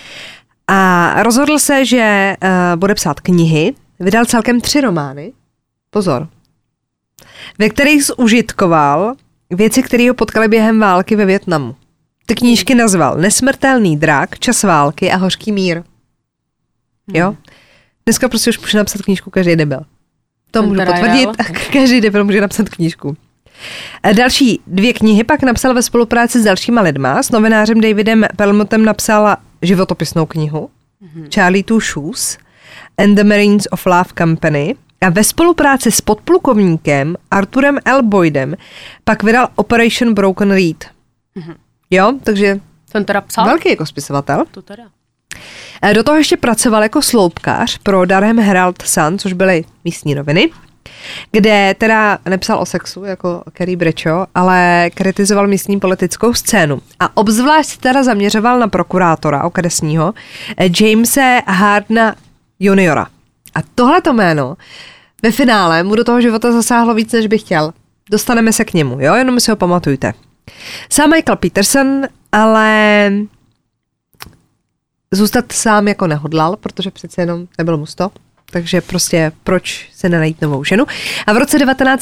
A rozhodl se, že bude psát knihy, vydal celkem 3 romány, pozor, ve kterých zužitkoval věci, které ho potkaly během války ve Vietnamu. Ty knížky nazval Nesmrtelný drak, Čas války a Hořký mír. Jo? Dneska prostě už může napsat knížku každý debil. To můžu potvrdit. Každý debil může napsat knížku. Další 2 knihy pak napsal ve spolupráci s dalšíma lidma. S novinářem Davidem Pelmotem napsal životopisnou knihu Charlie Two Shoes and the Marines of Love Company. A ve spolupráci s podplukovníkem Arthurem L. Boydem pak vydal Operation Broken Reed. Jo, takže ten teda psal? Velký jako spisovatel. To teda. Do toho ještě pracoval jako sloupkař pro Durham Herald Sun, což byly místní noviny, kde teda nepsal o sexu jako Carrie Bradshaw, ale kritizoval místní politickou scénu. A obzvlášť se teda zaměřoval na prokurátora okresního Jamese Hardna juniora. A tohleto jméno ve finále mu do toho života zasáhlo víc, než bych chtěl. Dostaneme se k němu, jo? Jenom si ho pamatujte. Sám Michael Peterson ale zůstat sám jako nehodlal, protože přece jenom nebylo mu 100. Takže prostě proč se nenajít novou ženu. A v roce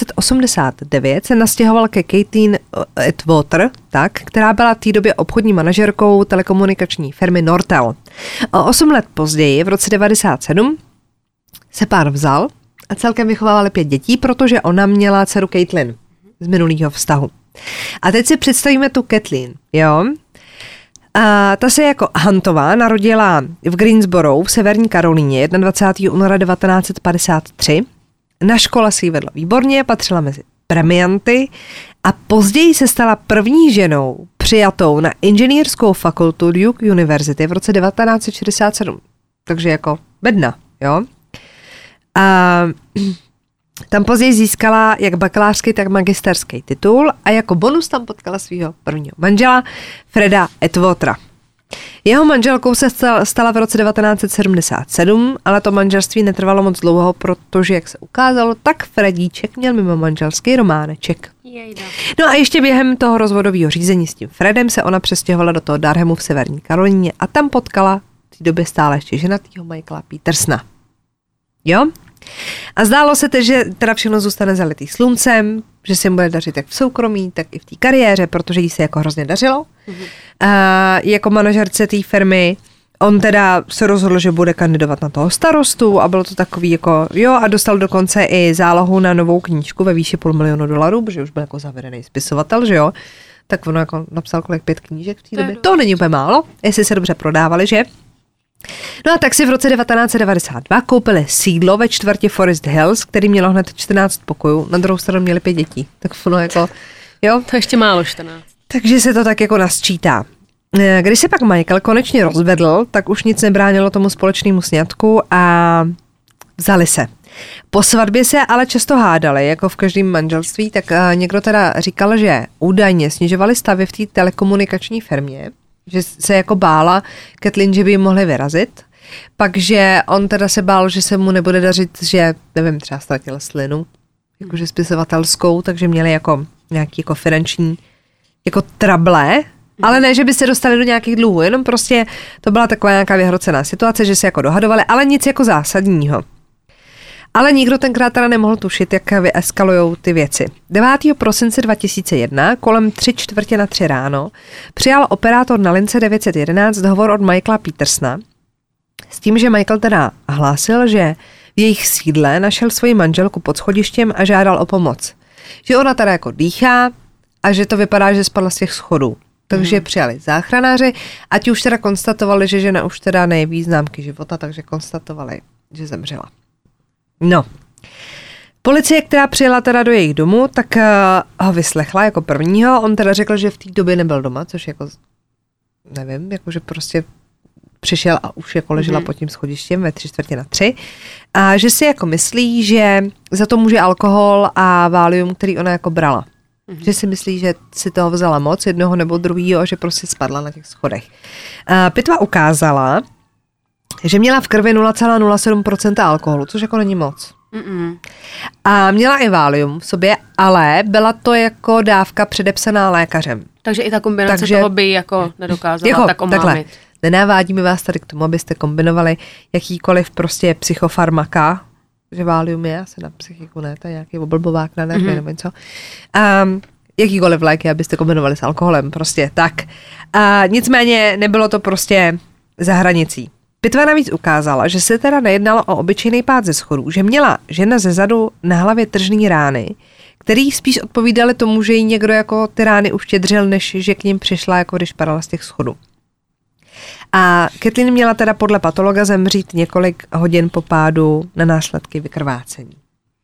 1989 se nastěhoval ke Kathleen Atwater, tak, která byla v té době obchodní manažerkou telekomunikační firmy Nortel. O 8 let později, v roce 1997, se pár vzal a celkem vychovávali 5 dětí, protože ona měla dceru Caitlin z minulého vztahu. A teď si představíme tu Kathleen, jo? A ta se jako Huntová narodila v Greensboro v Severní Karolíně 21. února 1953. Na škole si ji vedla výborně, patřila mezi premianty a později se stala první ženou přijatou na inženýrskou fakultu Duke University v roce 1967. Takže jako bedna, jo? A tam později získala jak bakalářský, tak magisterský titul a jako bonus tam potkala svého prvního manžela, Freda Atwatera. Jeho manželkou se stala v roce 1977, ale to manželství netrvalo moc dlouho, protože, jak se ukázalo, tak Fredíček měl mimo manželský románeček. No a ještě během toho rozvodového řízení s tím Fredem se ona přestěhovala do toho Durhamu v Severní Karolíně a tam potkala v té době stále ještě ženatýho Michaela Petersona. Jo? A zdálo se teď, že teda všechno zůstane zalitý sluncem, že se jim bude dařit jak v soukromí, tak i v té kariéře, protože jí se jako hrozně dařilo. A jako manažerce té firmy on teda se rozhodl, že bude kandidovat na toho starostu a bylo to takový jako, jo, a dostal dokonce i zálohu na novou knížku ve výši $500,000, protože už byl jako zavedený spisovatel, že jo. Tak ono jako napsal kolik 5 knížek v té době. To není úplně málo, jestli se dobře prodávali, že? No a tak si v roce 1992 koupili sídlo ve čtvrti Forest Hills, který mělo hned 14 pokojů, na druhou stranu měli 5 dětí. Tak ono jako, jo. To ještě málo 14. Takže se to tak jako nasčítá. Když se pak Michael konečně rozvedl, tak už nic nebránilo tomu společnému sňatku a vzali se. Po svatbě se ale často hádali, jako v každém manželství, tak někdo teda říkal, že údajně snižovali stavy v té telekomunikační firmě, že se jako bála Kathleen, že by jim mohli vyrazit. Pak, že on teda se bál, že se mu nebude dařit, že, nevím, třeba ztratil slinu, jakože spisovatelskou, takže měli jako nějaký jako finanční jako trable, ale ne, že by se dostali do nějakých dluhů, jenom prostě to byla taková nějaká vyhrocená situace, že se jako dohadovali, ale nic jako zásadního. Ale nikdo tenkrát teda nemohl tušit, jak vyeskalujou ty věci. 9. prosince 2001 kolem 3:45 ráno přijal operátor na lince 911 hovor od Michaela Petersona s tím, že Michael teda hlásil, že v jejich sídle našel svoji manželku pod schodištěm a žádal o pomoc. Že ona teda jako dýchá a že to vypadá, že spadla z těch schodů. Takže přijali záchranáři a ti už teda konstatovali, že žena už teda nejeví známky života, takže konstatovali, že zemřela. No, policie, která přijela teda do jejich domu, tak ho vyslechla jako prvního. On teda řekl, že v té době nebyl doma, což jako, nevím, jakože prostě přišel a už jako ležela pod tím schodištěm ve 2:45 a že si jako myslí, že za to může alkohol a Valium, který ona jako brala. Že si myslí, že si toho vzala moc, jednoho nebo druhýho, že prostě spadla na těch schodech. Pitva ukázala, že měla v krvi 0,07% alkoholu, což jako není moc. A měla i Valium v sobě, ale byla to jako dávka předepsaná lékařem. Takže i ta kombinace toho by jako nedokázala jako, tak omlámit. Takhle, nenávádíme vás tady k tomu, abyste kombinovali jakýkoliv prostě psychofarmaka, že Valium je asi na psychiku, ne, to je nějaký oblbovák na nervy nebo něco. Jakýkoliv léky, abyste kombinovali s alkoholem, prostě tak. Nicméně nebylo to prostě za hranicí. Pitva navíc ukázala, že se teda nejednalo o obyčejný pád ze schodů, že měla žena ze zadu na hlavě tržní rány, který spíš odpovídaly tomu, že jí někdo jako ty rány uštědřil, než že k ním přišla, jako když padala z těch schodů. A Kathleen měla teda podle patologa zemřít několik hodin po pádu na následky vykrvácení.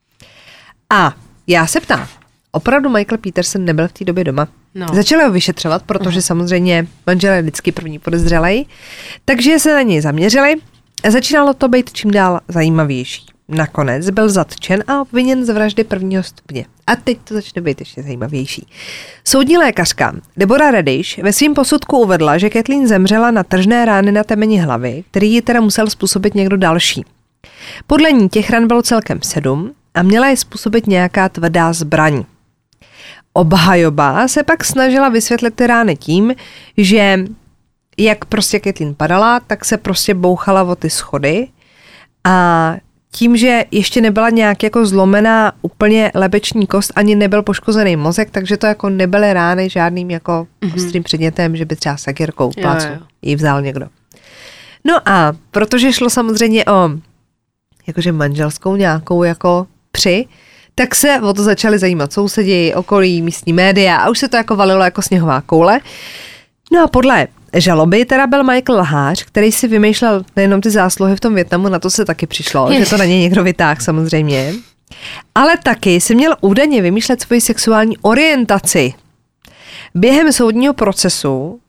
A já se ptám, opravdu Michael Peterson nebyl v té době doma? No. Začali ho vyšetřovat, protože samozřejmě manžel je vždycky první podezřelej, takže se na něj zaměřili a začínalo to být čím dál zajímavější. Nakonec byl zatčen a obviněn z vraždy 1. stupně. A teď to začne být ještě zajímavější. Soudní lékařka Deborah Reddish ve svém posudku uvedla, že Kathleen zemřela na tržné rány na temeni hlavy, který ji teda musel způsobit někdo další. Podle ní těch ran bylo celkem 7 a měla je způsobit nějaká tvrdá zbraň. Obhajoba se pak snažila vysvětlit ty rány tím, že jak prostě Kathleen padala, tak se prostě bouchala o ty schody a tím, že ještě nebyla nějak jako zlomená úplně lebeční kost, ani nebyl poškozený mozek, takže to jako nebyly rány žádným jako ostrým předmětem, že by třeba sekírkou plácu jí vzal někdo. No a protože šlo samozřejmě o jakože manželskou nějakou jako při, tak se o to začali zajímat sousedi, okolí, místní média a už se to jako valilo jako sněhová koule. No a podle žaloby teda byl Michael lhář, který si vymýšlel nejenom ty zásluhy v tom Vietnamu, na to se taky přišlo, že to na něj někdo vytáhl samozřejmě, ale taky si měl údajně vymýšlet svoji sexuální orientaci. Během soudního procesu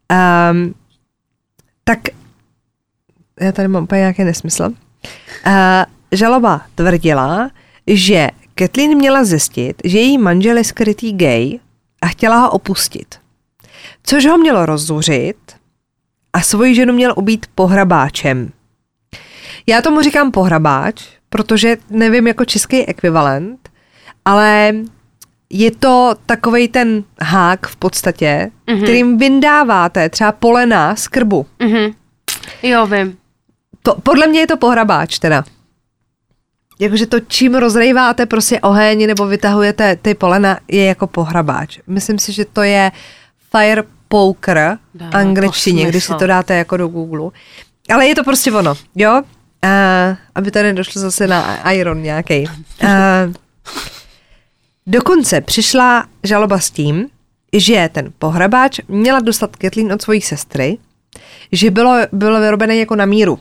tak já tady mám úplně nějaký nesmysl. Žaloba tvrdila, že Kathleen měla zjistit, že její manžel je skrytý gay a chtěla ho opustit. Což ho mělo rozzuřit a svoji ženu měl ubít pohrabáčem. Já tomu říkám pohrabáč, protože nevím jako český ekvivalent, ale je to takovej ten hák v podstatě, kterým vyndáváte třeba polena z krbu. Jo, vím. Podle mě je to pohrabáč teda. Jakože to, čím rozrejváte prostě oheň nebo vytahujete ty polena, je jako pohrabáč. Myslím si, že to je fire poker angličtině, když si to dáte jako do Google. Ale je to prostě ono, jo? Aby to nedošlo zase na iron nějaký. Dokonce přišla žaloba s tím, že ten pohrabáč měla dostat Kathleen od svojí sestry, že bylo vyrobené jako na míru.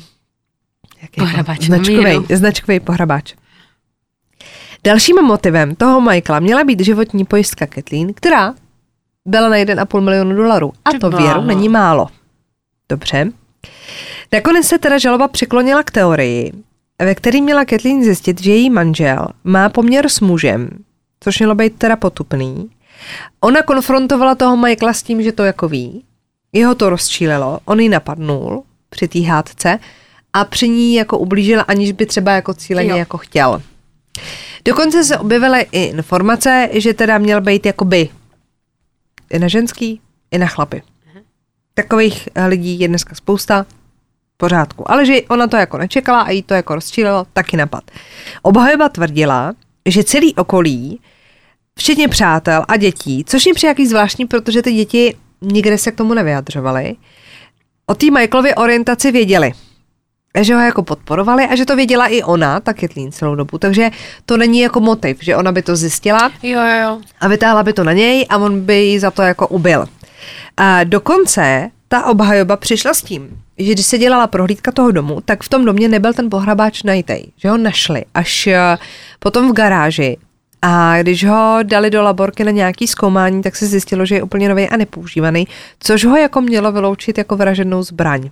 Značkový pohrabáč. Dalším motivem toho Michaela měla být životní pojistka Kathleen, která byla na $1,5 milionu. A to věru není málo. Dobře. Nakonec se teda žaloba přiklonila k teorii, ve který měla Kathleen zjistit, že její manžel má poměr s mužem, což mělo být teda potupný. Ona konfrontovala toho Michaela s tím, že to jako ví. Jeho to rozčílilo, on ji napadnul při té hádce a při ní jako ublížila, aniž by třeba jako cíleně jako chtěl. Dokonce se objevily i informace, že teda měl být jakoby i na ženský, i na chlapy. Takových lidí je dneska spousta, v pořádku. Ale že ona to jako nečekala a jí to jako rozčílilo, taky napad. Obhajoba tvrdila, že celý okolí, včetně přátel a dětí, což je při jaký zvláštní, protože ty děti nikde se k tomu nevyjadřovaly, o té Michaelově orientaci věděli. Že ho jako podporovali a že to věděla i ona, ta Kathleen celou dobu. Takže to není jako motiv, že ona by to zjistila a vytáhla by to na něj a on by ji za to jako ubil. A dokonce ta obhajoba přišla s tím, že když se dělala prohlídka toho domu, tak v tom domě nebyl ten pohrabáč najitej. Že ho našli až potom v garáži. A když ho dali do laborky na nějaký zkoumání, tak se zjistilo, že je úplně nový a nepoužívaný, což ho jako mělo vyloučit jako vražednou zbraň.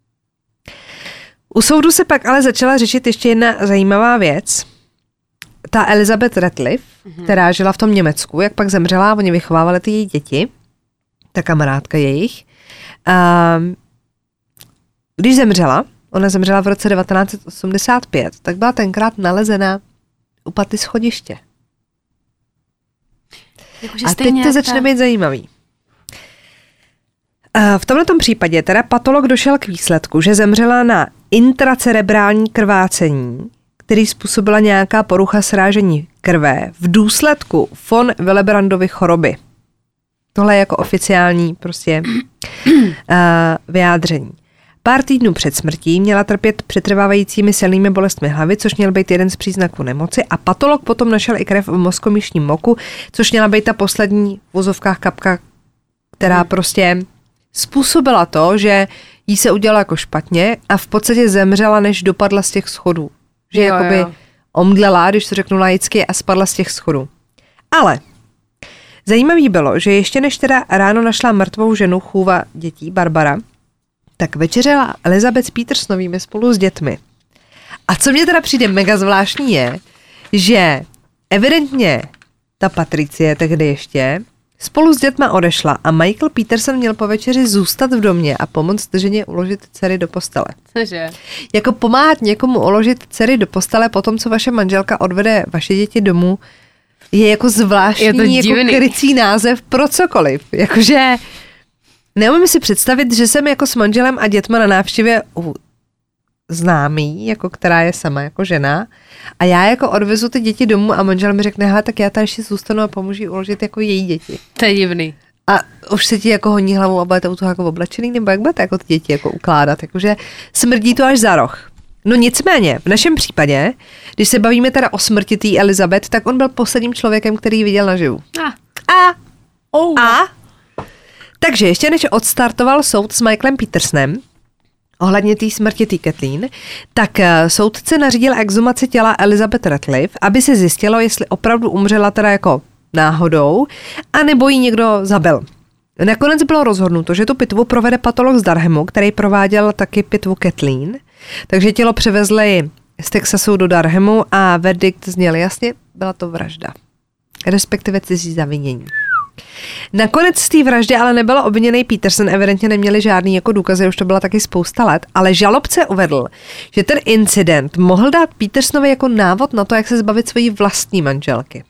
U soudu se pak ale začala řešit ještě jedna zajímavá věc. Ta Elizabeth Ratcliffe, která žila v tom Německu, jak pak zemřela, oni vychovávali ty její děti, ta kamarádka jejich. Když zemřela, ona zemřela v roce 1985, tak byla tenkrát nalezena u paty schodiště. A teď to začne být zajímavý. V tomto případě teda patolog došel k výsledku, že zemřela na intracerebrální krvácení, který způsobila nějaká porucha srážení krve v důsledku von Willebrandovy choroby. Tohle je jako oficiální prostě vyjádření. Pár týdnů před smrtí měla trpět přetrvávajícími silnými bolestmi hlavy, což měl být jeden z příznaků nemoci, a patolog potom našel i krev v mozkomyšním moku, což měla být ta poslední v uvozovkách kapka, která prostě způsobila to, že jí se udělala jako špatně a v podstatě zemřela, než dopadla z těch schodů. Že jakoby omdlela, když to řeknu laicky, a spadla z těch schodů. Ale zajímavý bylo, že ještě než teda ráno našla mrtvou ženu chůva dětí, Barbara, tak večeřela Elizabeth Peters s novými spolu s dětmi. A co mě teda přijde mega zvláštní je, že evidentně ta Patricie tehdy ještě spolu s dětma odešla a Michael Peterson měl po večeři zůstat v domě a pomoct ženě uložit dcery do postele. Cože? Jako pomáhat někomu uložit dcery do postele po tom, co vaše manželka odvede vaše děti domů, je jako zvláštní, jako krycí název pro cokoliv. Jakože neumím si představit, že jsem jako s manželem a dětma na návštěvě u známý, jako která je sama jako žena, a já jako odvezu ty děti domů a manžel mi řekne, hele, tak já tady ještě zůstanu a pomůžu uložit jako její děti. To je divný. A už se ti jako honí hlavou a budete u toho jako oblečený, nebo jak budete jako ty děti jako ukládat, jakože smrdí to až za roh. No nicméně, v našem případě, když se bavíme teda o smrti té Elizabeth, tak on byl posledním člověkem, který ji viděl naživu. Takže ještě než odstartoval soud s Michaelem Petersonem ohledně té smrti té Kathleen, tak soudce nařídil exhumaci těla Elizabeth Ratcliffe, aby se zjistilo, jestli opravdu umřela teda jako náhodou, anebo ji někdo zabil. Nakonec bylo rozhodnuto, že tu pitvu provede patolog z Durhamu, který prováděl taky pitvu Kathleen, takže tělo převezli z Texasu do Durhamu a verdikt zněl jasně, byla to vražda. Respektive cizí zavinění. Nakonec z té vraždy ale nebyl obviněný Peterson, evidentně neměli žádný jako důkazy, už to byla taky spousta let, ale žalobce uvedl, že ten incident mohl dát Petersonovi jako návod na to, jak se zbavit svojí vlastní manželky.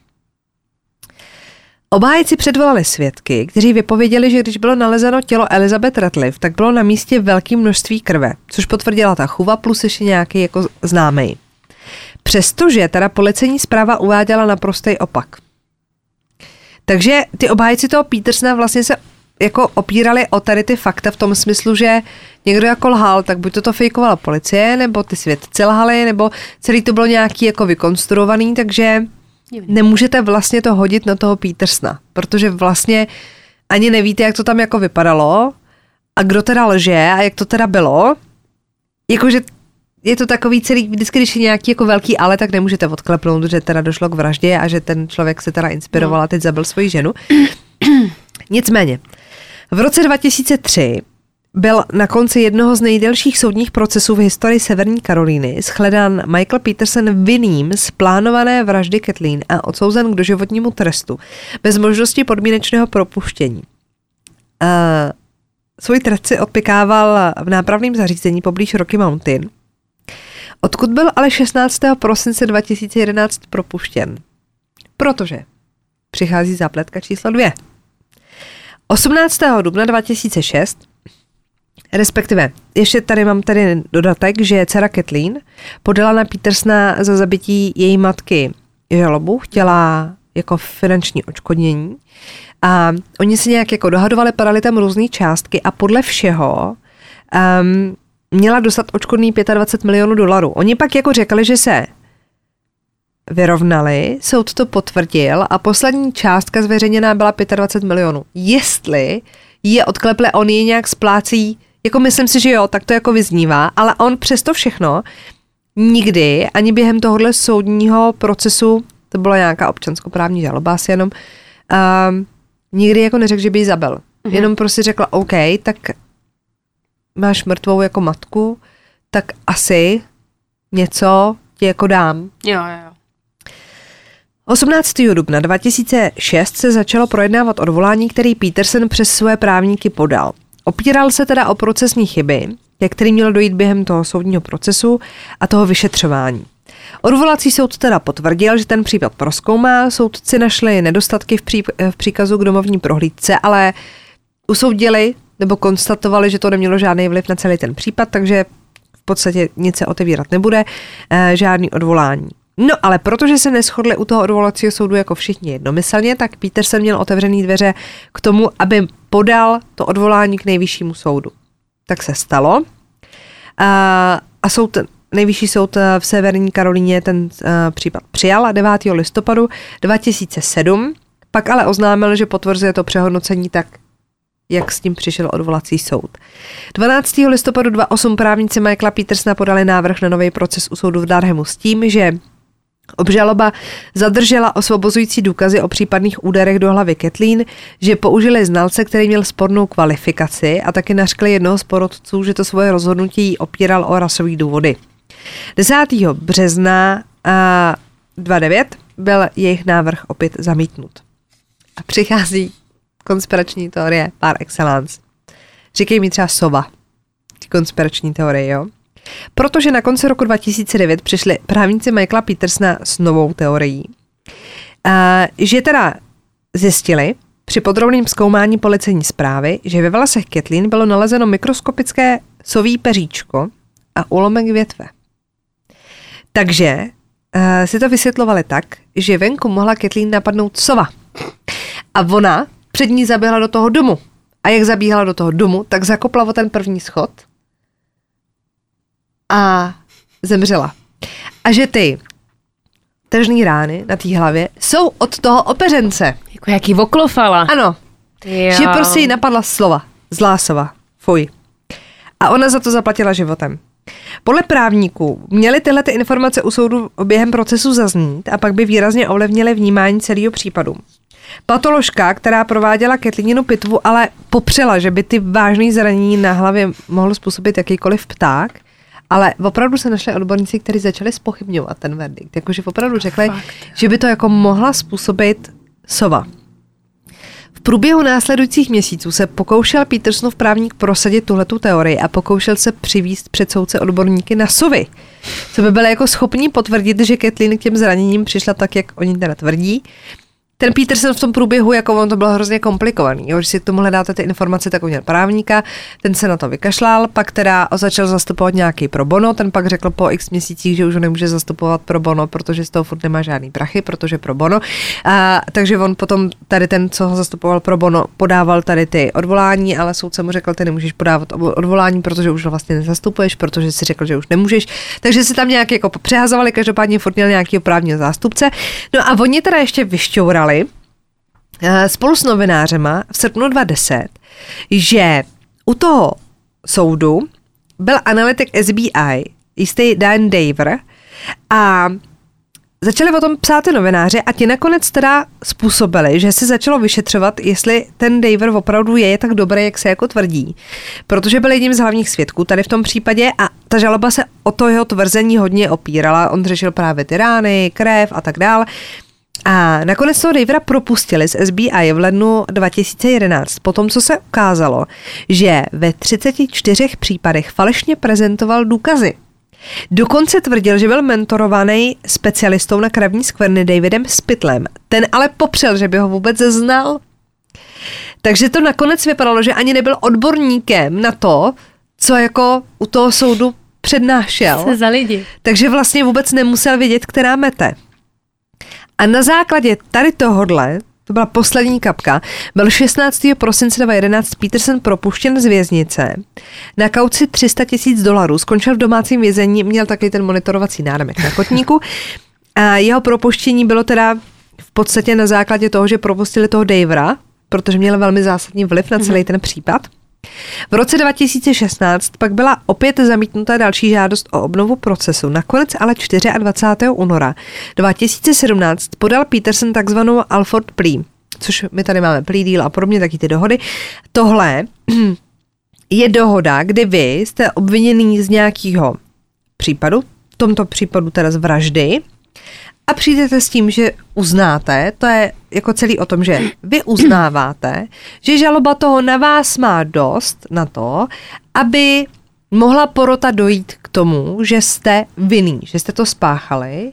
Obhájci předvolali svědky, kteří vypověděli, že když bylo nalezeno tělo Elizabeth Ratcliffe, tak bylo na místě velké množství krve, což potvrdila ta chůva plus ještě nějaký jako známej. Přestože teda policejní zpráva uváděla naprostý opak. Takže ty obhájci toho Petersona vlastně se jako opírali o tady ty fakta v tom smyslu, že někdo jako lhal, tak buď to fejkovala policie, nebo ty svědci lhali, nebo celý to bylo nějaký jako vykonstruovaný, takže nemůžete vlastně to hodit na toho Petersona, protože vlastně ani nevíte, jak to tam jako vypadalo a kdo teda lže a jak to teda bylo. Jakože je to takový celý, vždycky, když je nějaký jako velký ale, tak nemůžete odklepnout, že teda došlo k vraždě a že ten člověk se teda inspiroval a teď zabil svoji ženu. Nicméně, v roce 2003 byl na konci jednoho z nejdelších soudních procesů v historii Severní Karolíny shledán Michael Peterson vinným z plánované vraždy Kathleen a odsouzen k doživotnímu trestu bez možnosti podmínečného propuštění. Svůj trest si odpykával v nápravném zařízení poblíž Rocky Mountain. Odkud byl ale 16. prosince 2011 propuštěn? Protože přichází zápletka číslo 2. 18. dubna 2006, respektive ještě tady mám tady dodatek, že dcera Kathleen podala na Petersona za zabití její matky žalobu, chtěla jako finanční odškodnění a oni se nějak jako dohadovali, padaly tam různé částky a podle všeho měla dostat odškodný $25 milionů. Oni pak jako řekli, že se vyrovnali, soud to potvrdil a poslední částka zveřejněná byla 25 milionů. Jestli je odklepli, on je nějak splácí, jako myslím si, že jo, tak to jako vyznívá, ale on přesto všechno nikdy, ani během tohohle soudního procesu, to byla nějaká občanskoprávní žaloba asi jenom, nikdy jako neřekl, že by ji zabil. Jenom prostě řekla, OK, tak máš mrtvou jako matku, tak asi něco ti jako dám. Jo. 18. dubna 2006 se začalo projednávat odvolání, který Peterson přes své právníky podal. Opíral se teda o procesní chyby, ke kterým mělo dojít během toho soudního procesu a toho vyšetřování. Odvolací soud teda potvrdil, že ten případ prozkoumá, soudci našli nedostatky v příkazu k domovní prohlídce, ale usoudili nebo konstatovali, že to nemělo žádný vliv na celý ten případ, takže v podstatě nic se otevírat nebude, žádný odvolání. No ale protože se neshodli u toho odvolacího soudu jako všichni jednomyslně, tak Peterson měl otevřený dveře k tomu, aby podal to odvolání k nejvyššímu soudu. Tak se stalo a nejvyšší soud v Severní Karolíně ten případ přijal 9. listopadu 2007, pak ale oznámil, že potvrzuje to přehodnocení tak, jak s tím přišel odvolací soud. 12. listopadu 2008 právníci Michaela Petersona podali návrh na nový proces u soudu v Durhamu s tím, že obžaloba zadržela osvobozující důkazy o případných úderech do hlavy Kathleen, že použili znalce, který měl spornou kvalifikaci a taky nařkli jednoho z porotců, že to svoje rozhodnutí opíral o rasové důvody. 10. března 2009 byl jejich návrh opět zamítnut. A přichází konspirační teorie par excellence. Říkej mi třeba sova. Konspirační teorie, jo? Protože na konci roku 2009 přišli právníci Michaela Petersona s novou teorií, že teda zjistili při podrobném zkoumání policejní zprávy, že ve vlasech Kathleen bylo nalezeno mikroskopické soví peříčko a úlomek větve. Takže si to vysvětlovali tak, že venku mohla Kathleen napadnout sova. A ona před ní zaběhla do toho domu. A jak zabíhala do toho domu, tak zakopla o ten první schod a zemřela. A že ty tržní rány na té hlavě jsou od toho opeřence. Jako jaký voklofala. Ano. Jo. Že prostě jí napadla zlá sova. Fuj. A ona za to zaplatila životem. Podle právníků měly tyhle ty informace u soudu během procesu zaznít a pak by výrazně ovlivnily vnímání celého případu. Patoložka, která prováděla Kathleeninu pitvu, ale popřela, že by ty vážné zranění na hlavě mohlo způsobit jakýkoliv pták, ale opravdu se našli odborníci, kteří začali zpochybňovat ten verdikt. Jakože opravdu řekli, že by to jako mohla způsobit sova. V průběhu následujících měsíců se pokoušel Petersonův právník prosadit tuhletu teorii a pokoušel se přivést před soudce odborníky na sovy, co by byly jako schopní potvrdit, že Kathleen k těm zraněním přišla tak, jak oni teda tvrdí. Ten Peterson v tom průběhu, jako on to bylo hrozně komplikovaný. Jo? Když si k tomu hledáte ty informace, tak on měl právníka, ten se na to vykašlal, pak teda začal zastupovat nějaký pro bono, ten pak řekl po x měsících, že už ho nemůže zastupovat pro bono, protože z toho furt nemá žádný prachy, protože pro bono. Takže on potom tady ten, co ho zastupoval pro bono, podával tady ty odvolání, ale soudce mu řekl, ty nemůžeš podávat odvolání, protože už ho vlastně nezastupuješ, protože si řekl, že už nemůžeš. Takže si tam nějak jako přehazovali, každopádně furt měl nějakého právního zástupce. No a oni teda ještě vyšťourali spolu s novinářema v srpnu 2010, že u toho soudu byl analytik SBI, jistý Dan Daver, a začali o tom psát ty novináři a ti nakonec teda způsobili, že se začalo vyšetřovat, jestli ten Daver opravdu je tak dobrý, jak se jako tvrdí. Protože byl jedním z hlavních svědků tady v tom případě a ta žaloba se o to jeho tvrzení hodně opírala. On řešil právě ty rány, krev a tak dále. A nakonec toho Davera propustili z SBI v lednu 2011, potom co se ukázalo, že ve 34 případech falešně prezentoval důkazy. Dokonce tvrdil, že byl mentorovaný specialistou na krevní skvrny Davidem Spitlem. Ten ale popřel, že by ho vůbec znal. Takže to nakonec vypadalo, že ani nebyl odborníkem na to, co jako u toho soudu přednášel. Se za lidi. Takže vlastně vůbec nemusel vědět, která mete. A na základě tady tohodle, to byla poslední kapka, byl 16. prosince 2011 Peterson propuštěn z věznice. Na kauci $300,000 skončil v domácím vězení, měl taky ten monitorovací náramek na kotníku. A jeho propuštění bylo teda v podstatě na základě toho, že propustili toho Davera, protože měl velmi zásadní vliv na celý ten případ. V roce 2016 pak byla opět zamítnuta další žádost o obnovu procesu. Nakonec ale 24. února 2017 podal Peterson takzvanou Alford plea, což my tady máme plea deal a podobně, taky ty dohody. Tohle je dohoda, kdy vy jste obviněný z nějakého případu, v tomto případu teda z vraždy, a přijdete s tím, že uznáte, to je jako celý o tom, že vy uznáváte, že žaloba toho na vás má dost na to, aby mohla porota dojít k tomu, že jste vinný, že jste to spáchali,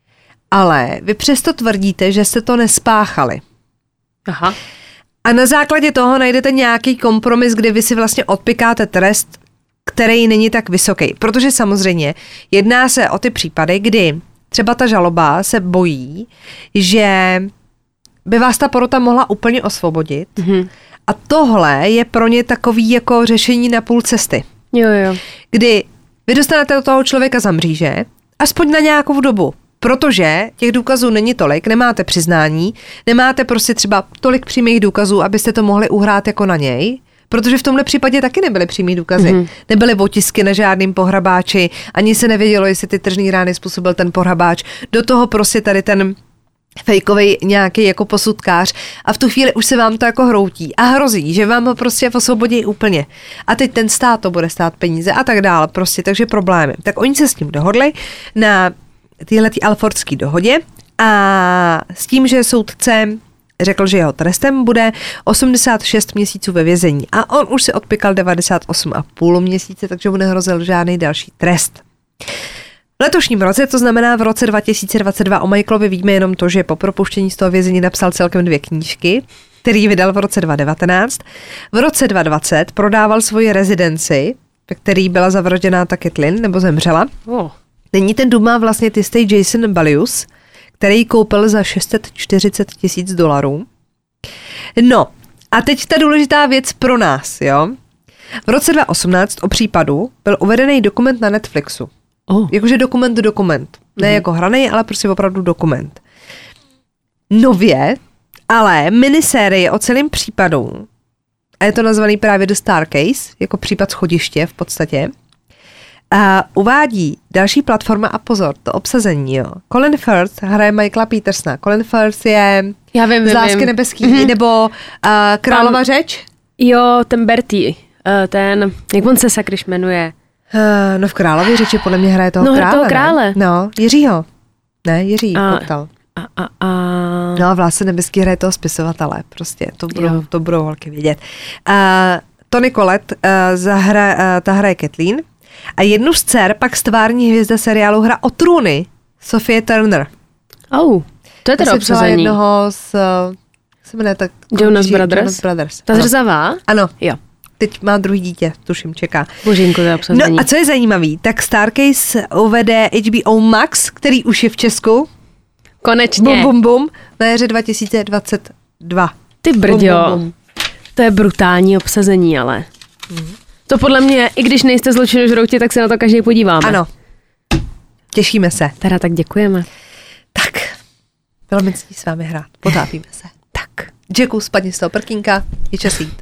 ale vy přesto tvrdíte, že jste to nespáchali. Aha. A na základě toho najdete nějaký kompromis, kdy vy si vlastně odpikáte trest, který není tak vysoký. Protože samozřejmě jedná se o ty případy, kdy třeba ta žaloba se bojí, že by vás ta porota mohla úplně osvobodit. Mm-hmm. A tohle je pro ně takový jako řešení na půl cesty. Jo. Kdy vy dostanete od toho člověka za mříže, aspoň na nějakou dobu. Protože těch důkazů není tolik, nemáte přiznání, nemáte prostě třeba tolik přímých důkazů, abyste to mohli uhrát jako na něj. Protože v tomhle případě taky nebyly přímý důkazy. Mm-hmm. Nebyly otisky na žádným pohrabáči, ani se nevědělo, jestli ty tržní rány způsobil ten pohrabáč. Do toho prostě tady ten fejkovej nějaký jako posudkář a v tu chvíli už se vám to jako hroutí a hrozí, že vám ho prostě osvobodí úplně. A teď ten stát to bude stát peníze a tak dále prostě, takže problémy. Tak oni se s tím dohodli na téhletý Alfordský dohodě a s tím, že soudce řekl, že jeho trestem bude 86 měsíců ve vězení a on už si odpykal 98,5 měsíce, takže mu nehrozil žádný další trest. V letošním roce, to znamená v roce 2022, o Michaelovi víme jenom to, že po propuštění z toho vězení napsal celkem 2 knížky, který vydal v roce 2019. V roce 2020 prodával svoji rezidenci, ve který byla zavražděná ta Kathleen, nebo zemřela. Nyní ten dům má vlastně tystej Jason Balius, který ji koupil za $640,000. No, a teď ta důležitá věc pro nás, jo. V roce 2018 o případu byl uvedený dokument na Netflixu. Jakože dokument. Ne jako hranej, ale prostě opravdu dokument. Nově, ale minisérie o celém případu, a je to nazvaný právě The Star Case, jako případ schodiště v podstatě, a uvádí další platforma a pozor, to obsazení, jo. Colin Firth hraje Michaela Petersona. Colin Firth je z Lásky nebeský, nebo Králova řeč? Jo, ten Bertie, ten, jak on se sakryš jmenuje? No v Králově řeči podle mě hraje toho krále. Toho krále. Ne? No, Jiřího. Ne, Jiří Koktal. No a v Lásce nebeský hraje toho spisovatele. Prostě, to budou holky vědět. Toni Collette ta hraje Kathleen. A jednu z dcer pak stvární hvězda seriálu Hra o trůny, Sophie Turner. To je teda obsazení. Jednoho z... Jak se jmenuje tak? Jonas Brothers. Ta zrzavá? Ano. Jo. Teď má druhý dítě, tuším, čeká. Božínko, to je obsazení. No a co je zajímavý, tak Starcase uvede HBO Max, který už je v Česku. Konečně. Bum, na jaře 2022. Ty brďo. To je brutální obsazení, ale. To podle mě, i když nejste zločinožrouti, tak se na to každý podíváme. Ano. Těšíme se. Teda tak děkujeme. Tak. Bylo mi ctí s vámi hrát. Potápíme se. Tak. Jacku, spadni z toho prkínka. Je čas jít.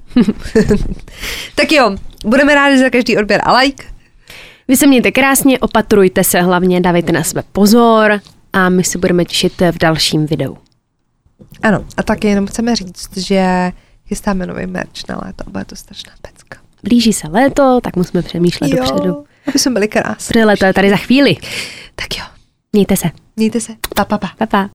Tak jo, budeme rádi za každý odběr a like. Vy se mějte krásně, opatrujte se, hlavně dávejte na sebe pozor a my se budeme těšit v dalším videu. Ano, a taky jenom chceme říct, že chystáme nový merch na léto, bude to strašná pecka. Blíží se léto, tak musíme přemýšlet dopředu. Aby jsme byli krásní. Protože léto je tady za chvíli. Tak jo. Mějte se. Mějte se. Pa. Pa.